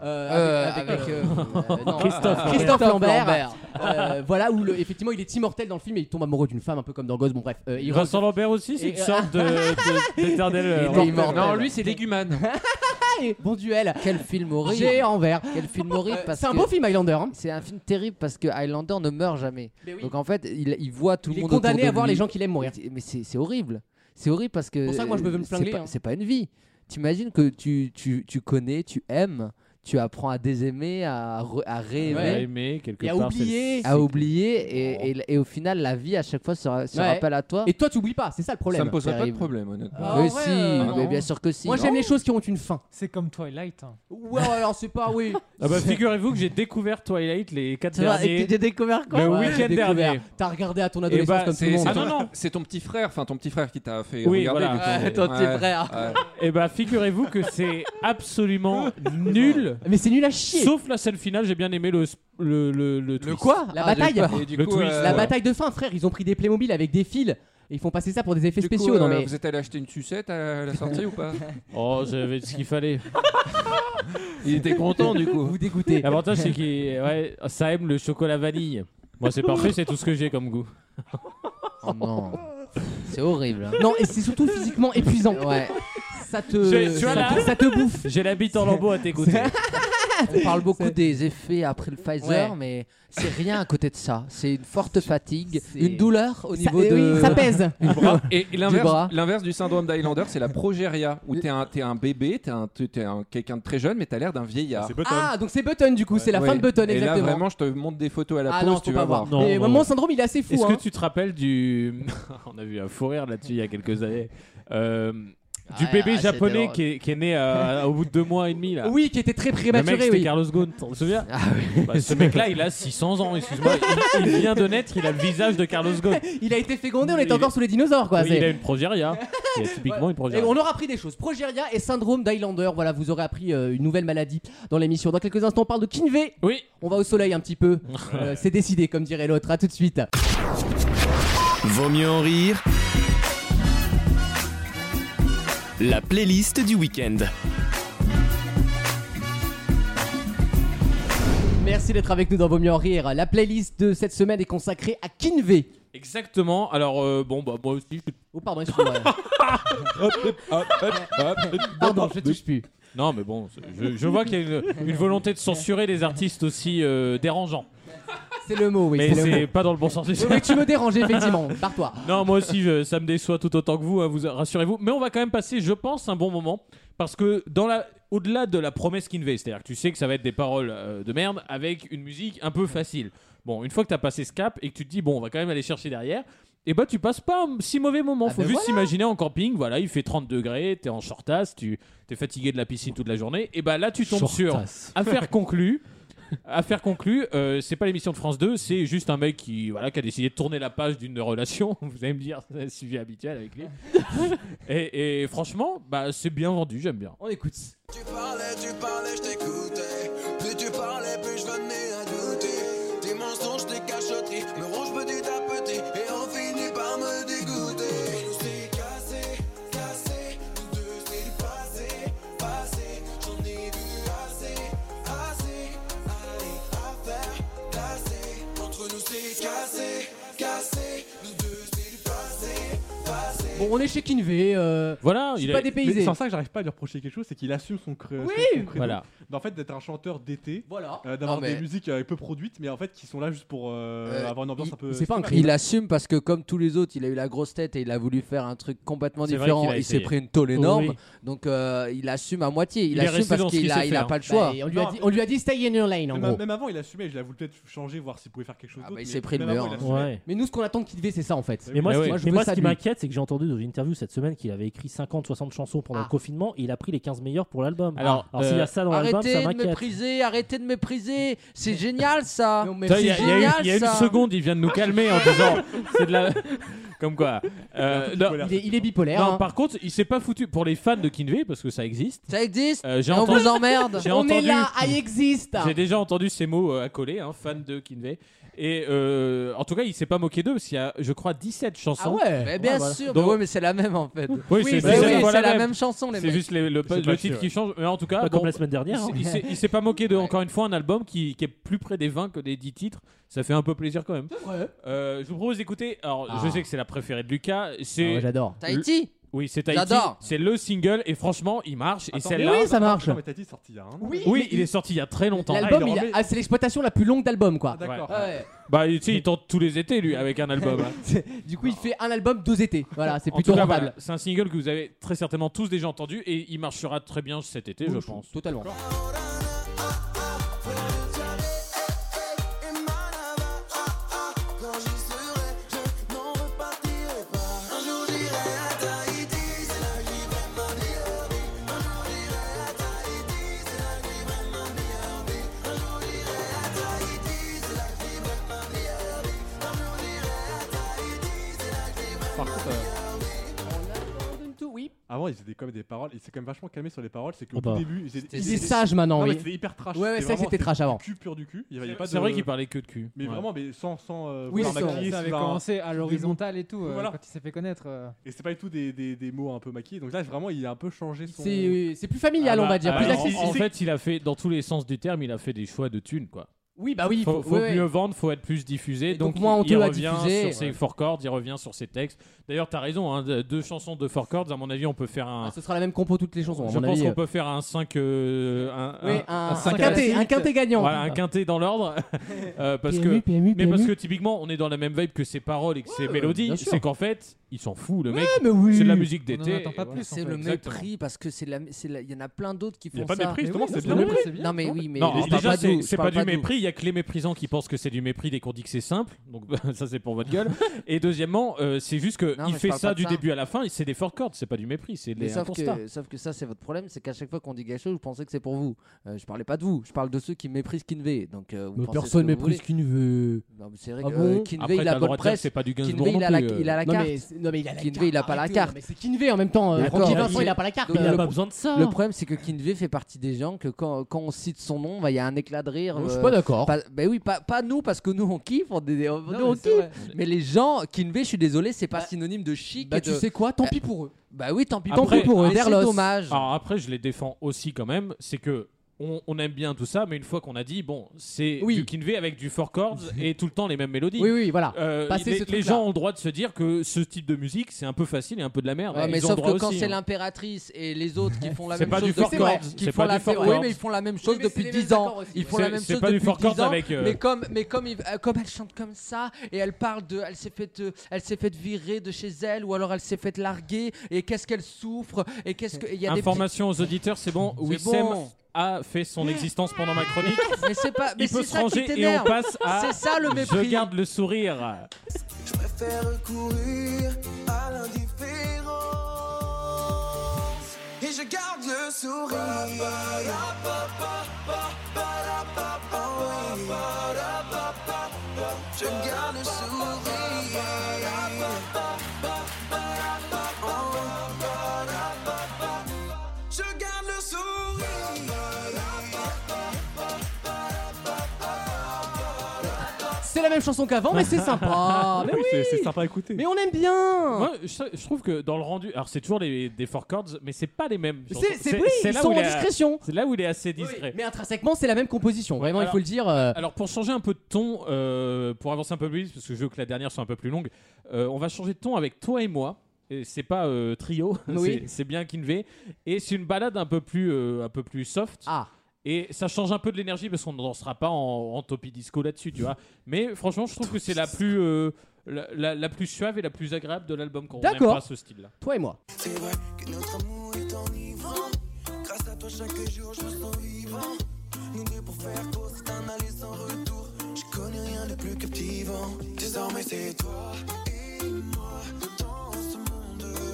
Non, Christophe Lambert. Voilà, où effectivement il est immortel dans le film et il tombe amoureux d'une femme, un peu comme dans Ghost. Bon, bref. Vincent Lambert aussi, c'est une sorte d'éternel. Non, lui c'est légumane. Bon duel. Quel film horrible. J'ai envers. Quel film horrible parce C'est un que beau film Highlander. Hein. c'est un film terrible parce que Highlander ne meurt jamais. Mais oui. Donc en fait, il voit tout Il le est monde condamné autour de à voir lui. les gens qu'il aime mourir. Mais c'est horrible. C'est horrible parce que. C'est pour ça que moi, je veux me c'est flinguer, pas- hein. C'est pas une vie. T'imagines que tu connais, tu aimes, tu apprends à désaimer, à rêver. Ouais. Aimer quelque Et à part. oublier. À oublier et au final la vie à chaque fois se Ouais. rappelle à toi. Et toi, tu oublies pas, c'est ça le problème. Ça me poserait pas de Terrible. problème, honnêtement. Ah, mais ouais, si, non. mais bien sûr que si. Moi, j'aime les choses qui ont une fin. C'est comme Twilight. Hein. Ouais, alors c'est pas, oui. Ah bah figurez-vous que j'ai découvert Twilight les 4 C'est vrai, et derniers. que j'ai découvert quoi Le Ouais, week-end découvert. dernier. T'as regardé à ton adolescence bah, comme tout le monde. Ah non, non. C'est ton petit frère, qui t'a fait Oui, regarder. voilà. du coup. Ton petit frère. Ouais. Et bah figurez-vous que c'est absolument nul. Mais c'est nul à chier. Sauf la scène finale, j'ai bien aimé le twist. quoi La Ah, bataille. j'ai peur. Et du Le coup, twist. La bataille de fin, frère. Ils ont pris des Playmobil avec des fils. Et ils font passer ça pour des effets Du coup, spéciaux. Non, mais... vous êtes allé acheter une sucette à la sortie ou pas? Oh, j'avais ce qu'il fallait. Il était content du coup. Vous dégoûtez. L'avantage c'est que ça aime le chocolat vanille. Moi c'est parfait, c'est tout ce que j'ai comme goût. Oh non. C'est horrible. hein. Non, et c'est surtout physiquement épuisant. Ouais. Ça te bouffe. J'ai la bite en lambeaux à t'écouter. On parle beaucoup des effets après le Pfizer, Ouais. mais c'est rien à côté de ça. C'est une forte fatigue, C'est- une douleur au Ça- niveau de. Oui, ça pèse. Et bras. l'inverse du syndrome d'Highlander, c'est la progéria, où t'es un bébé, t'es quelqu'un de très jeune, mais t'as l'air d'un vieillard. C'est Button. Ah, donc c'est Button du coup, c'est la Ouais. fin de Button, Et là, exactement. vraiment, je te montre des photos à la Ah pause, non, tu faut vas pas voir. voir. Non, Mais non, mon non. syndrome, il est assez fou. Est-ce hein. que tu te rappelles du... On a vu un fou rire là-dessus il y a quelques années. Du bébé japonais qui est né au bout de 2 mois et demi là. Oui, qui était très Le mec prématuré, c'était oui. Carlos Ghosn, tu te souviens? Ah oui. Bah, ce mec là il a 600 ans, excuse-moi. Il vient de naître, il a le visage de Carlos Ghosn. Il a été fécondé, on était Il- encore sous les dinosaures, quoi. Oui, c'est- il a une progéria. Il a typiquement une Et progéria. on aura appris des choses. Progéria et syndrome d'Highlander. Voilà, vous aurez appris une nouvelle maladie dans l'émission. Dans quelques instants, on parle de Kinvey. Oui. On va au soleil un petit peu. C'est décidé, comme dirait l'autre. À tout de suite. Vaut mieux en rire. La playlist du week-end. Merci d'être avec nous dans Vaut mieux en rire. La playlist de cette semaine est consacrée à Kinvey. Exactement. Alors bon bah moi aussi. Oh pardon, excuse-moi. Pardon, je touche plus. Non mais bon, je vois qu'il y a une volonté de censurer les artistes aussi dérangeants. C'est le mot, oui. Mais c'est le c'est mot. pas dans le bon sens du Oui, terme. mais tu me déranges, effectivement. Barre-toi. Non, moi aussi, ça me déçoit tout autant que vous, hein, rassurez-vous. Mais on va quand même passer, je pense, un bon moment. Parce que au-delà de la promesse Kinvey, c'est-à-dire que tu sais que ça va être des paroles de merde avec une musique un peu facile. Bon, une fois que t'as passé ce cap et que tu te dis, bon, on va quand même aller chercher derrière, et bah tu passes pas un si mauvais moment. Faut ben juste voilà. s'imaginer en camping, voilà, il fait 30 degrés, t'es en shortasse, t'es fatigué de la piscine toute la journée, et bah là tu tombes sur Affaire conclue. Affaire conclue, c'est pas l'émission de France 2, c'est juste un mec qui a décidé de tourner la page d'une relation. Vous allez me dire, c'est un sujet habituel avec lui. et franchement, bah, c'est bien vendu, j'aime bien. On écoute. Tu parlais, je t'écoutais. Plus tu parlais, plus je venais à douter. Tes mensonges, tes cachotteries me rongent petit à petit et on finit par me dégoûter. Nous c'est cassé, nous deux c'est du passé. J'en ai vu assez. Allez, affaire classée. Entre nous c'est cassé, nous deux c'est du passé. Bon, on est chez Kinvey. Voilà, je suis il pas a... dépaysé. Mais sans ça, j'arrive pas à lui reprocher quelque chose, c'est qu'il assume son credo. Voilà. En fait, d'être un chanteur d'été, Voilà. d'avoir Non, mais- des musiques peu produites, mais en fait qui sont là juste pour avoir une ambiance un peu. C'est pas un crime. Il assume parce que comme tous les autres, il a eu la grosse tête et il a voulu faire un truc complètement C'est vrai différent. qu'il a Il s'est essayé. pris une tôle énorme, Oui. donc il assume à moitié. Il est assume resté parce dans ce qu'il qu'il sait a faire. pas le choix. Bah, et Non, on lui a dit stay in your lane en gros. Même avant, il assumait. Je l'ai voulu peut-être changer, voir s'il pouvait faire quelque chose Ah d'autre. bah, il mais s'est pris le même mur, avant, il hein. assumait. Ouais. Mais nous, ce qu'on attend de Kinvey, c'est ça en fait. Mais moi, Mais ce oui. qui- Moi, je mais veux moi, ça ce qui de lui. m'inquiète, c'est que j'ai entendu dans une interview cette semaine qu'il avait écrit 50-60 chansons pendant le confinement et il a pris les 15 meilleures pour l'album. Alors s'il y a ça dans l'album, ça m'inquiète. Arrêtez de mépriser. C'est génial ça. Il y a une seconde, il vient de nous calmer en disant c'est de la. Comme quoi. Il est bipolaire. Non, par contre, il s'est pas foutu pour les fans de Kinvey parce que ça existe. Ça existe. On vous emmerde. Est là, I existe. J'ai déjà entendu ces mots accolés, fan de Kinvey. Et en tout cas, il s'est pas moqué d'eux parce qu'il y a, je crois, 17 chansons. Ah ouais. Mais bien sûr. Donc, ouais, mais c'est la même en fait. Oui, c'est la même chanson. C'est juste le titre qui change. Mais en tout cas, comme la semaine dernière. Il s'est pas moqué d'eux. Encore une fois, un album qui est plus près des 20 que des 10 titres. Ça fait un peu plaisir quand même. Je vous propose d'écouter. Alors, je sais que c'est la préférée de Lucas. C'est j'adore. Tahiti. Oui, c'est Tahiti. J'adore. C'est le single et franchement, il marche. Et mais oui, ça marche. Non, mais Tahiti est sorti il y a un an. Oui, il est sorti il y a très longtemps. L'album, c'est l'exploitation la plus longue d'album, quoi. D'accord. Bah, tu sais, il tente tous les étés, lui, avec un album. Du coup, il fait un album 2 étés. Voilà, c'est En plutôt tout cas, rentable. voilà, c'est un single que vous avez très certainement tous déjà entendu et il marchera très bien cet été, je pense. Totalement. Par contre, avant ils étaient quand même des paroles, il s'est quand même vachement calmé sur les paroles, c'est qu'au tout début il est sage maintenant. Non, oui. mais c'était hyper trash. Ouais, ça c'était trash avant. Du cul pur du cul. C'est vrai qu'il parlait que de cul. Mais vraiment, mais sans oui, maquiller. Ça avait commencé à l'horizontale et tout voilà. quand il s'est fait connaître. Et c'est pas du tout des mots un peu maquillés. Donc là vraiment il a un peu changé son. C'est plus familial on va dire, plus accessible. En fait, il a fait dans tous les sens du terme, il a fait des choix de thunes quoi. Oui, bah oui, faut mieux vendre, faut être plus diffusé. Donc moins il honteux à revient diffuser. sur ses 4 chords, il revient sur ses textes. D'ailleurs, t'as raison, 2 chansons de 4 chords, à mon avis, on peut faire un. Ce sera la même compo toutes les chansons. Je pense qu'on peut faire un 5. Un quintet gagnant. Voilà, un quintet dans l'ordre. Parce PMU, parce que typiquement, on est dans la même vibe que ses paroles et que ses mélodies. C'est qu'en fait, il s'en fout, le mec. C'est de la musique d'été. C'est le mépris parce que il y en a plein d'autres qui font ça. Il n'y a pas de mépris, justement, c'est bien mépris. Non, mais oui, mais. Déjà, c'est pas du mépris. Il y a que les méprisants qui pensent que c'est du mépris dès qu'on dit que c'est simple. Donc ça, c'est pour votre gueule. Et deuxièmement, c'est juste qu'il fait ça du début à la fin. C'est des 4 chords, c'est pas du mépris. C'est un constat. Sauf que ça, c'est votre problème. C'est qu'à chaque fois qu'on dit quelque chose, vous pensez que c'est pour vous. Je parlais pas de vous. Je parle de ceux qui méprisent Kinvey. Donc, personne méprise Kinvey. C'est vrai que Kinvey, il a bonne presse. C'est pas du Gainsbourg. Kinvey, il a la carte. Non, mais il a la Kinvey, il a pas la carte. Mais c'est Kinvey en même temps. Francky Vincent, il a pas la carte. Il a pas besoin de ça. Le problème, c'est que Kinvey fait partie des gens que quand on cite son nom, il y a un éclat de rire. Je suis pas d'accord. Ben oui, pas nous, parce que nous on kiffe, on kiffe. Mais les gens, Kinvey, je suis désolé, c'est pas synonyme de chic. Bah, tu sais quoi, tant pis pour eux. Bah oui, tant pis pour eux. C'est dommage. Alors après, je les défends aussi quand même. C'est que on aime bien tout ça, mais une fois qu'on a dit, bon, c'est du Kinvey avec du 4 chords et tout le temps les mêmes mélodies. Oui, voilà. Les gens ont le droit de se dire que ce type de musique, c'est un peu facile et un peu de la merde. Ouais, mais sauf que quand c'est l'impératrice et les autres qui font la même chose, oui, mais ils font la même chose depuis 10 ans. Ils font la même chose depuis 10 ans. Mais comme elle chante comme ça et elle parle de, elle s'est fait virer de chez elle ou alors elle s'est fait larguer et qu'est-ce qu'elle souffre et qu'est-ce que il y a des informations aux auditeurs, c'est bon. Wissem a fait son existence pendant ma chronique. Mais c'est pas. Il peut se ranger et on passe à. C'est ça le mépris. Je garde le sourire. Je préfère recourir à l'indifférence et je garde le sourire. Je garde le sourire. Je garde le sourire. C'est la même chanson qu'avant, mais c'est sympa. Mais oui, c'est sympa à écouter. Mais on aime bien. Moi, je trouve que dans le rendu, alors c'est toujours des 4 chords, mais c'est pas les mêmes. Oui, ils sont en discrétion. C'est là où il est assez discret. Oui, mais intrinsèquement, c'est la même composition. Vraiment, il faut le dire. Alors pour changer un peu de ton, pour avancer un peu plus, parce que je veux que la dernière soit un peu plus longue, on va changer de ton avec toi et moi. Et c'est pas trio, c'est bien Kinvey. Et c'est une balade un peu plus soft. Et ça change un peu de l'énergie parce qu'on ne dansera pas en topi disco là-dessus, tu vois. Mais franchement, je trouve que c'est la plus suave et la plus agréable de l'album quand on n'aime pas ce style-là. Toi et moi. C'est vrai que notre amour est enivrant. Grâce à toi, chaque jour, je me sens vivant. Nous deux pour faire court, c'est un aller sans retour. Je connais rien de plus captivant. Désormais, c'est toi et moi dans ce monde.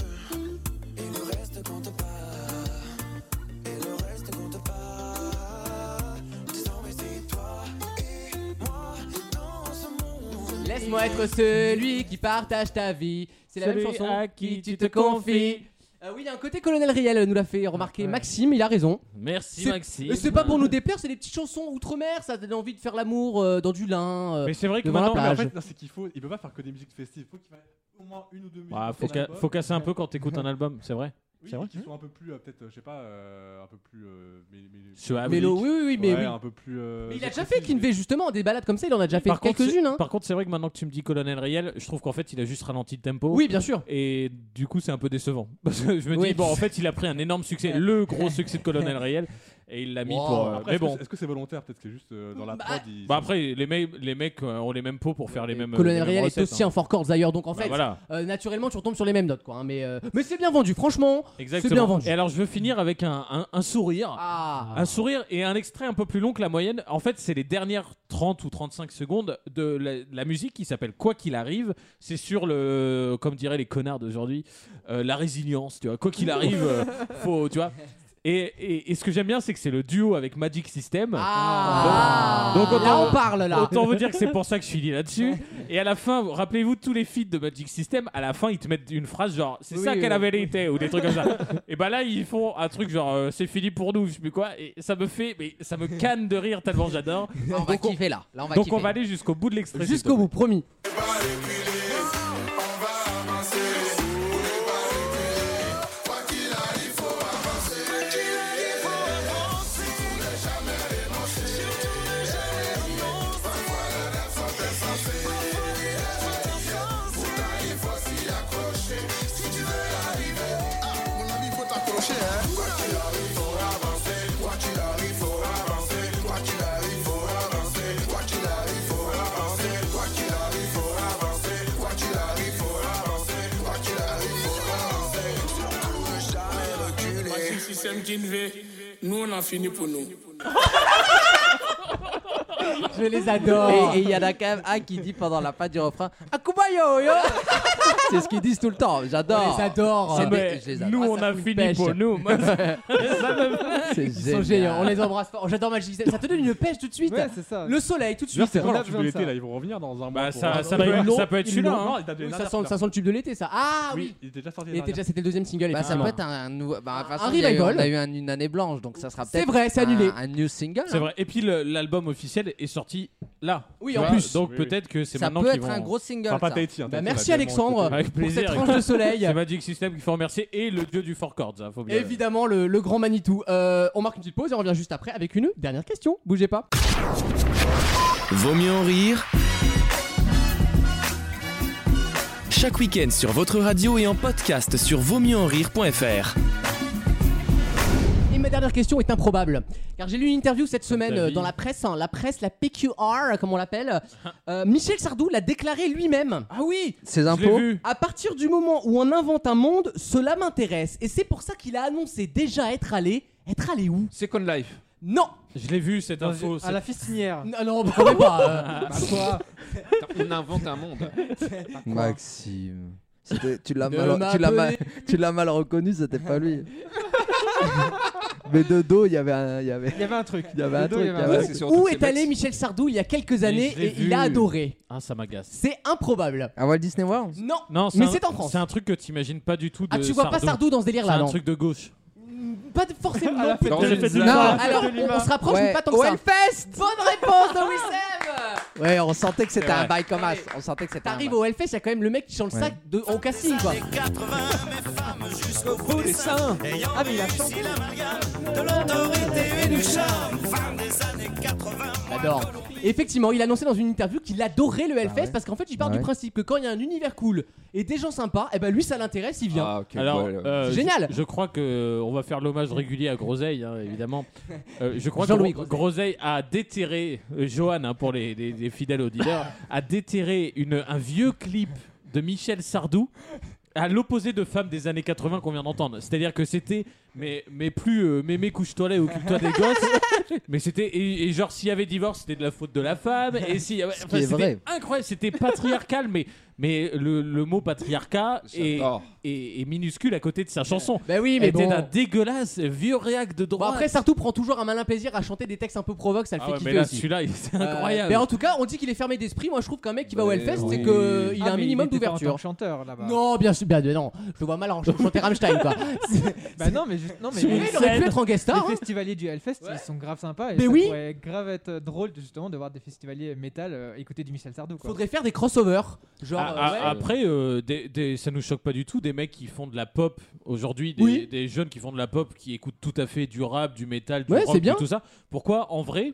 Laisse-moi être celui qui partage ta vie. C'est la même Celui chanson à qui tu te confies. Oui, il y a un côté Colonel Riel, nous l'a fait remarquer Maxime, il a raison. Merci C'est- Maxime. Et c'est pas pour nous déplaire, c'est des petites chansons outre-mer, ça donne envie de faire l'amour dans du lin. Mais c'est vrai que devant la maintenant, Mais en plage. fait, non, c'est qu'il faut. Il peut pas faire que des musiques festives. Il faut qu'il fasse au moins une ou deux musiques. Bah, dans son album. faut casser un peu quand t'écoutes un album, c'est vrai. Oui, C'est vrai. qui sont un peu plus, peut-être, je sais pas, un peu plus. Suave. Mélo, oui, mais ouais, oui. un peu plus. Mais il a déjà fait Kinvey justement, des balades comme ça, il en a déjà fait quelques-unes. Hein. Par contre, c'est vrai que maintenant que tu me dis Colonel Riel, je trouve qu'en fait, il a juste ralenti le tempo. Oui, bien sûr. Et du coup, c'est un peu décevant. Parce que je me dis, Oui. bon, en fait, il a pris un énorme succès, le gros succès de Colonel Riel, et il l'a mis pour. Après, mais est-ce bon. que c'est volontaire? Peut-être que juste dans la prod. Bah après, les mecs ont les mêmes pots pour faire les mêmes. Colonel les mêmes Riel est recettes, aussi hein. un fort chords d'ailleurs, donc en Bah fait, voilà. naturellement, tu retombes sur les mêmes notes, quoi. Hein, mais c'est bien vendu, franchement. Exactement. C'est bien vendu. Et alors, je veux finir avec un sourire. Ah. Un sourire et un extrait un peu plus long que la moyenne. En fait, c'est les dernières 30 ou 35 secondes de la musique qui s'appelle Quoi qu'il arrive. C'est sur le, comme diraient les connards d'aujourd'hui, la résilience. Tu vois, quoi qu'il arrive, faut, tu vois. Et ce que j'aime bien, c'est que c'est le duo avec Magic System. Donc là, on parle là. Autant vous dire que c'est pour ça que je finis là-dessus. Et à la fin, rappelez-vous tous les feats de Magic System. À la fin, ils te mettent une phrase genre c'est Oui, ça oui, qu'elle oui. avait été ou des trucs comme ça. Et bah là, ils font un truc genre c'est fini pour nous, je sais plus quoi. Et ça me canne de rire tellement j'adore. On va kiffer là. Là, on va Donc kiffer. on va aller jusqu'au bout de l'extrait. Jusqu'au bout, promis. Système Kinvey, nous on a fini pour nous. Je les adore. Et il y en a quand même un qui dit pendant la fin du refrain Akubayo yo. C'est ce qu'ils disent tout le temps. J'adore. On les adore. C'est Mais je les adore. nous, on ça a fout une fini pêche. pour nous. C'est Ils sont géniaux, on les embrasse fort. J'adore Magic System. Ça te donne une pêche tout de suite. Ouais, c'est ça. Le soleil tout de D'ailleurs, suite. c'est quand On a leur tube de besoin de l'été ça. là? Ils vont revenir dans un mois. Bah pour- ça Ah, peut être celui-là. Non, hein. il date de Oui, l'année ça dernière. sent le tube de l'été ça. Ah oui. Il était déjà sorti. Il était déjà, c'était le deuxième single. Bah, ça effectivement. peut être un nouveau. Bah, de toute façon, Un il y a eu- revival. On a eu une année blanche, donc ça sera C'est peut-être. vrai, c'est annulé. Un new single. C'est hein. vrai. Et puis l'album officiel est sorti là. Oui, Tu en vois, plus. Donc Oui, peut-être que c'est Ça maintenant peut qu'ils être vont. un gros single. Enfin, pas ça. Tahiti. Bah, merci Alexandre Avec pour plaisir. cette tranche de soleil. C'est Magic System qu'il faut remercier et le dieu du Four Chords. Hein, faut bien. Évidemment, le grand Manitou. On marque une petite pause et on revient juste après avec une dernière question. Bougez pas. Vaut mieux en rire. Chaque week-end sur votre radio et en podcast sur vautmieuxenrire.fr. Et ma dernière question est improbable. Car j'ai lu une interview cette semaine ta vie. dans la presse, la PQR, comme on l'appelle. Michel Sardou l'a déclaré lui-même. Ah oui. Ses Je l'ai impôts. vu. À partir du moment où on invente un monde, cela m'intéresse. Et c'est pour ça qu'il a annoncé déjà être allé. Être allé où? Second Life. Non. Je l'ai vu cette info. À la fistinière. Non, non, on pourrait pas. Bah quoi? On invente un monde. Maxime. Tu l'as Ne mal, tu l'as mal reconnu, c'était pas lui. Mais de dos, il y avait un. Il y avait un truc. Il y avait un De dos, truc. il y avait il y un avait un Ouais, truc. c'est surtout Où que est c'est allé bête. Michel Sardou il y a quelques Mais années je l'ai et il vu. a adoré? Ah, ça m'agace. C'est improbable. À Walt Disney World. Non. Non, Mais un- c'est en France. C'est un truc que t'imagines pas du tout de Ah, tu vois pas Sardou dans ce C'est délire là, un non? truc de gauche. Pas forcément. À la fête Dans de une Lisa. zone. Non, Ah, alors on se rapproche, mais pas tant que ça. Hellfest. Bonne réponse de Wissem. Ouais, on sentait que c'était C'est un vrai. bail comme as. On sentait que c'était un T'arrives bail. au Hellfest, il y a quand même le mec qui chante le sac au casting quoi. Ah, mais il a chanté. J'adore. Et effectivement, il a annoncé dans une interview qu'il adorait le Hellfest ouais. parce qu'en fait, il part Ah du ouais. principe que quand il y a un univers cool et des gens sympas, et ben lui ça l'intéresse, il vient. Ah, ok. Alors, ouais, C'est génial. Je crois que on va faire l'hommage régulier à Groseille, hein, évidemment. Je crois Jean-Louis que Groseille a déterré, Johan, hein, pour les fidèles auditeurs, a déterré un vieux clip de Michel Sardou à l'opposé de Femmes des années 80 qu'on vient d'entendre. C'est-à-dire que c'était mais plus mémé couche-toi là et occupe-toi des gosses. Mais c'était et genre s'il y avait divorce, c'était de la faute de la femme. Et si, c'était vrai. incroyable, c'était patriarcal, mais le mot patriarcat est minuscule à côté de sa chanson. Bah oui, mais était bon. d'un dégueulasse vieux réac de droite. Bon, après, Sardou prend toujours un malin plaisir à chanter des textes un peu provoques, ça le fait kiffer mais là, aussi. celui-là, c'est incroyable. Mais en tout cas, on dit qu'il est fermé d'esprit. Moi, je trouve qu'un mec qui va au Hellfest, c'est qu'il a un minimum d'ouverture. Chanteur là-bas. Non, bien sûr, non. Je le vois mal en chanter Rammstein, quoi. Bah non, mais il aurait pu être en guest star. Les festivaliers du Hellfest, ils sont grave sympas. Et mais ça oui. pourrait grave être drôle justement de voir des festivaliers métal écouter du Michel Sardou. Faudrait faire des crossovers. Genre. Après, ça nous choque pas du tout des mecs qui font de la pop aujourd'hui, des jeunes qui font de la pop qui écoutent tout à fait du rap, du métal, du rock, tout ça. Pourquoi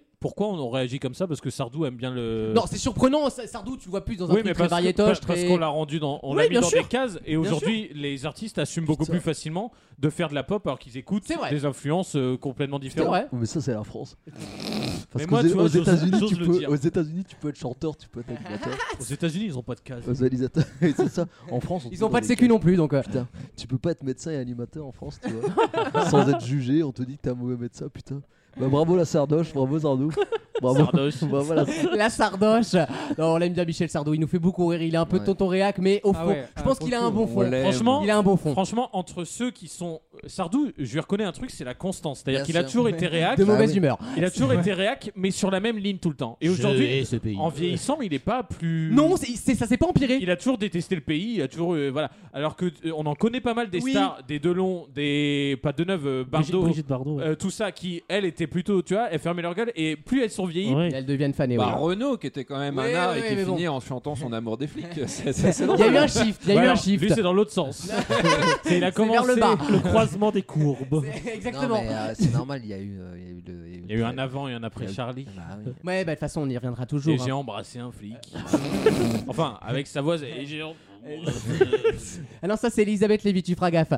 on réagit comme ça? Parce que Sardou aime bien le. Non, c'est surprenant. Sardou, tu le vois plus dans un truc très variétoche. Parce qu'on l'a rendu l'a mis dans des cases. Et aujourd'hui, les artistes assument beaucoup plus facilement de faire de la pop alors qu'ils écoutent des influences complètement différentes. C'est vrai. Mais ça, c'est la France. Parce moi, qu'aux États-Unis, tu peux être chanteur, tu peux être animateur. Aux États-Unis, ils ont pas de case. C'est ça. En France, ils ont pas de sécu non plus, donc. Putain, tu peux pas être médecin et animateur en France, tu vois. Sans être jugé, on te dit que t'es un mauvais médecin, putain. Bah bravo la Sardoche, bravo Sardou. Bravo. Sardoche. Bravo la Sardoche. Non, on l'aime bien Michel Sardou, il nous fait beaucoup rire, il est un peu tonton réac, mais au fond, je pense qu'il a un bon fond. Franchement, il a un bon fond. Franchement, entre ceux qui sont Sardou, je lui reconnais un truc, c'est la constance. C'est-à-dire qu'il a toujours été réac. De mauvaise humeur. Il a toujours été réac, mais sur la même ligne tout le temps. Et aujourd'hui, en vieillissant, il est pas plus. Non, ça s'est pas empiré. Il a toujours détesté le pays, il a toujours voilà. Alors que on en connaît pas mal des stars, des Delon, des pas Deneuve, Brigitte Bardot, tout ça qui elle était plutôt, tu vois, elle fermait leur gueule et plus elles sont vieillies, elles deviennent fanées. Renaud qui était quand même un art et qui finit en chantant son amour des flics. Il y a eu un shift. Lui c'est dans l'autre sens. Il a commencé vers le bas. Le croisement des courbes. Exactement. C'est normal, il y a eu un avant et un après Charlie. Ouais, bah de toute façon on y reviendra toujours. Et j'ai embrassé un flic. Enfin, avec sa voix et j'ai. Ah non, ça c'est Elisabeth Lévy, tu feras gaffe.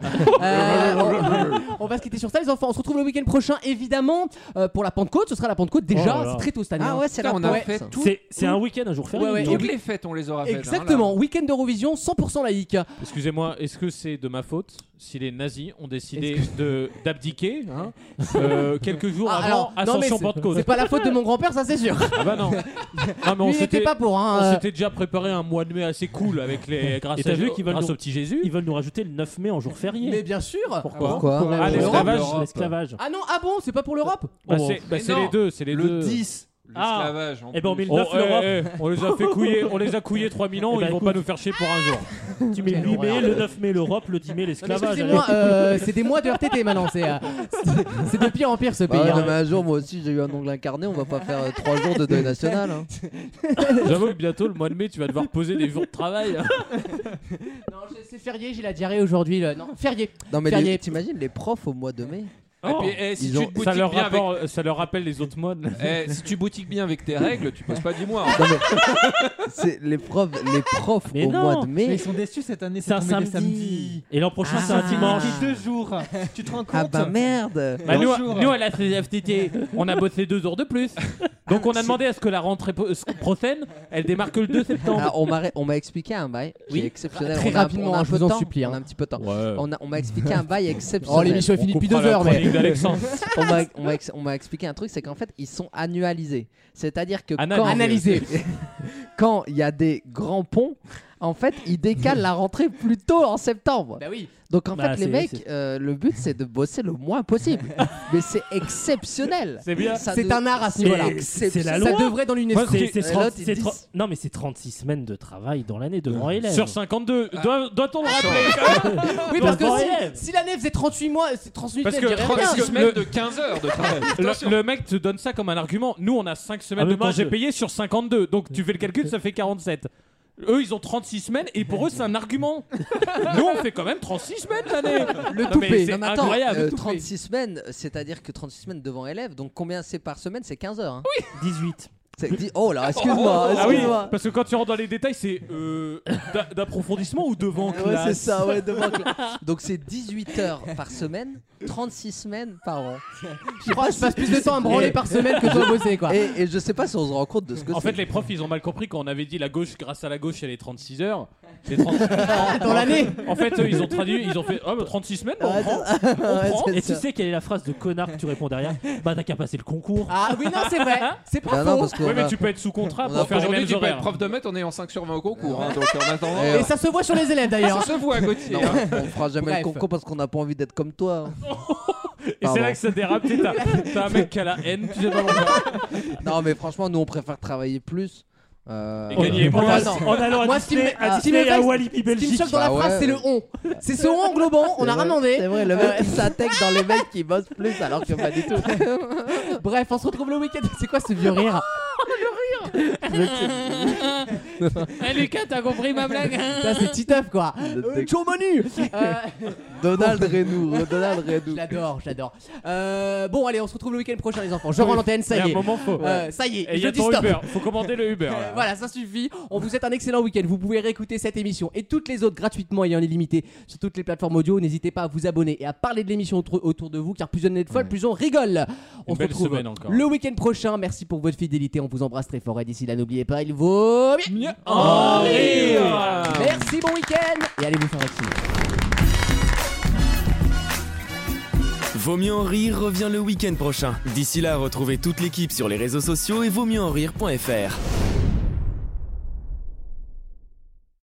On va se quitter sur ça, les enfants. On se retrouve le week-end prochain, évidemment, pour la Pentecôte. Ce sera la Pentecôte déjà, c'est très tôt cette année. Ah ouais, c'est là, on a fait tout. C'est un week-end, un jour férié. Toutes les fêtes, on les aura faites. Exactement, week-end d'Eurovision 100% laïque. Excusez-moi, est-ce que c'est de ma faute si les nazis ont décidé d'abdiquer quelques jours avant Ascension Pentecôte? C'est pas la faute de mon grand-père, ça c'est sûr. Ah bah non. Lui, il était pas pour. On s'était déjà préparé un mois de mai assez cool avec les grâce au petit Jésus. Ils veulent nous rajouter le 9 mai en jour férié. Mais bien sûr. Pourquoi l'esclavage. Ah non, ah bon, c'est pas pour l'Europe? C'est les deux, c'est les deux. Le 10. L'esclavage. Et ben on met le 9 l'Europe. On les a fait couiller, on les a couillés 3000 ans, ils vont pas nous faire chier pour un jour. Tu mets le 8 mai, le 9 mai l'Europe, le 10 mai l'esclavage. Excusez-moi, c'est des mois de RTT maintenant, c'est de pire en pire ce pays. Mais un jour, moi aussi j'ai eu un ongle incarné, on va pas faire 3 jours de deuil national. J'avoue que bientôt le mois de mai tu vas devoir poser des jours de travail. Non, c'est férié, j'ai la diarrhée aujourd'hui. Non, férié. Non mais t'imagines les profs au mois de mai? Ça leur rappelle les autres modes. Si tu boutiques bien avec tes règles, tu passes pas 10 mois. C'est les profs au mois de mai. Mais ils sont déçus cette année, c'est un samedi. Et l'an prochain c'est un dimanche. 2 jours. Tu te rends compte? Ah bah merde. Nous à la CFTT, on a bossé 2 jours de plus. Donc on a demandé à ce que la rentrée prochaine, elle démarre que le 2 septembre. Alors, on m'a expliqué un bail exceptionnel. Très rapidement, je vous en supplie. On a un petit peu de temps. On m'a expliqué un bail exceptionnel. Oh, l'émission est finie depuis 2 heures, mais. On m'a expliqué un truc, c'est qu'en fait ils sont annualisés. C'est-à-dire que quand il y a des grands ponts, en fait ils décalent la rentrée plus tôt en septembre. Bah oui. Donc en fait les mecs, le but c'est de bosser le moins possible. Mais c'est exceptionnel. C'est bien. C'est un art à ce niveau-là. C'est la loi. Ça devrait dans l'UNESCO. Non mais c'est 36 semaines de travail dans l'année devant élèves. Sur 52. Doit-on le rappeler? Oui, parce que si l'année faisait 38 mois, c'est 38 parce que 36 semaines de 15 heures de travail. Le mec te donne ça comme un argument. Nous on a 5 semaines de congés payés sur 52. Donc tu fais le calcul, ça fait 47. Eux ils ont 36 semaines et pour eux c'est un argument. Nous on fait quand même 36 semaines l'année. Le toupet. C'est incroyable. 36 semaines, c'est-à-dire que 36 semaines devant élèves, donc combien c'est par semaine? C'est 15 heures. Oui. 18. Oh là, excuse-moi. Ah oui, parce que quand tu rentres dans les détails, c'est d'approfondissement ou devant classe. Ouais, c'est ça, devant classe. Donc c'est 18 heures par semaine, 36 semaines par an. Je crois que je passe plus de temps à me branler par semaine que toi à bosser, quoi. Et je sais pas si on se rend compte de ce que c'est. En fait, les profs, ils ont mal compris quand on avait dit la gauche, grâce à la gauche, il y a les 36 heures. Dans l'année. En fait, ils ont traduit, ils ont fait 36 semaines, on prend. Et tu sais quelle est la phrase de connard que tu réponds derrière? Bah t'as qu'à passer le concours. Ah oui, non, c'est vrai. C'est pas faux. Oui, mais tu peux être sous contrat pour faire les mêmes tu peux être horaires. prof de maths, on est en 5/20 au concours. Donc en attendant. Et ça se voit sur les élèves d'ailleurs. Ça se voit, Gauthier. Non, on fera jamais le concours parce qu'on n'a pas envie d'être comme toi. Et c'est là que ça dérape. T'as un mec qui a la haine, tu sais pas pourquoi. Non, mais franchement, nous on préfère travailler plus. Et gagner en allant à Disney et à Walibi Belgique. Ce qui me choque dans la phrase, c'est le on. C'est ce on englobant, on a rien demandé. C'est vrai, le mec qui s'intègre dans les mecs qui bossent plus alors que pas du tout. Bref, on se retrouve le week-end. C'est quoi ce vieux rire? Lucas, t'as compris ma blague? Ça, c'est Titeuf quoi. Chaud menu. Donald Renou. J'adore. Bon, allez, on se retrouve le week-end prochain, les enfants. Je rends l'antenne, ça y est. Il y a un moment faux. Ça y est, et je dis stop. Uber. Faut commander le Uber. Voilà, ça suffit. On vous souhaite un excellent week-end. Vous pouvez réécouter cette émission et toutes les autres gratuitement et en illimité sur toutes les plateformes audio. N'hésitez pas à vous abonner et à parler de l'émission autour de vous, car plus on est folle, plus on rigole. On se retrouve le week-end prochain. Merci pour votre fidélité. On vous embrasse très fort. Et d'ici là, n'oubliez pas, il vaut mieux en rire. Merci, bon week-end. Et allez vous faire vacciner. Vaut mieux en rire revient le week-end prochain. D'ici là, retrouvez toute l'équipe sur les réseaux sociaux et vautmieuxenrire.fr.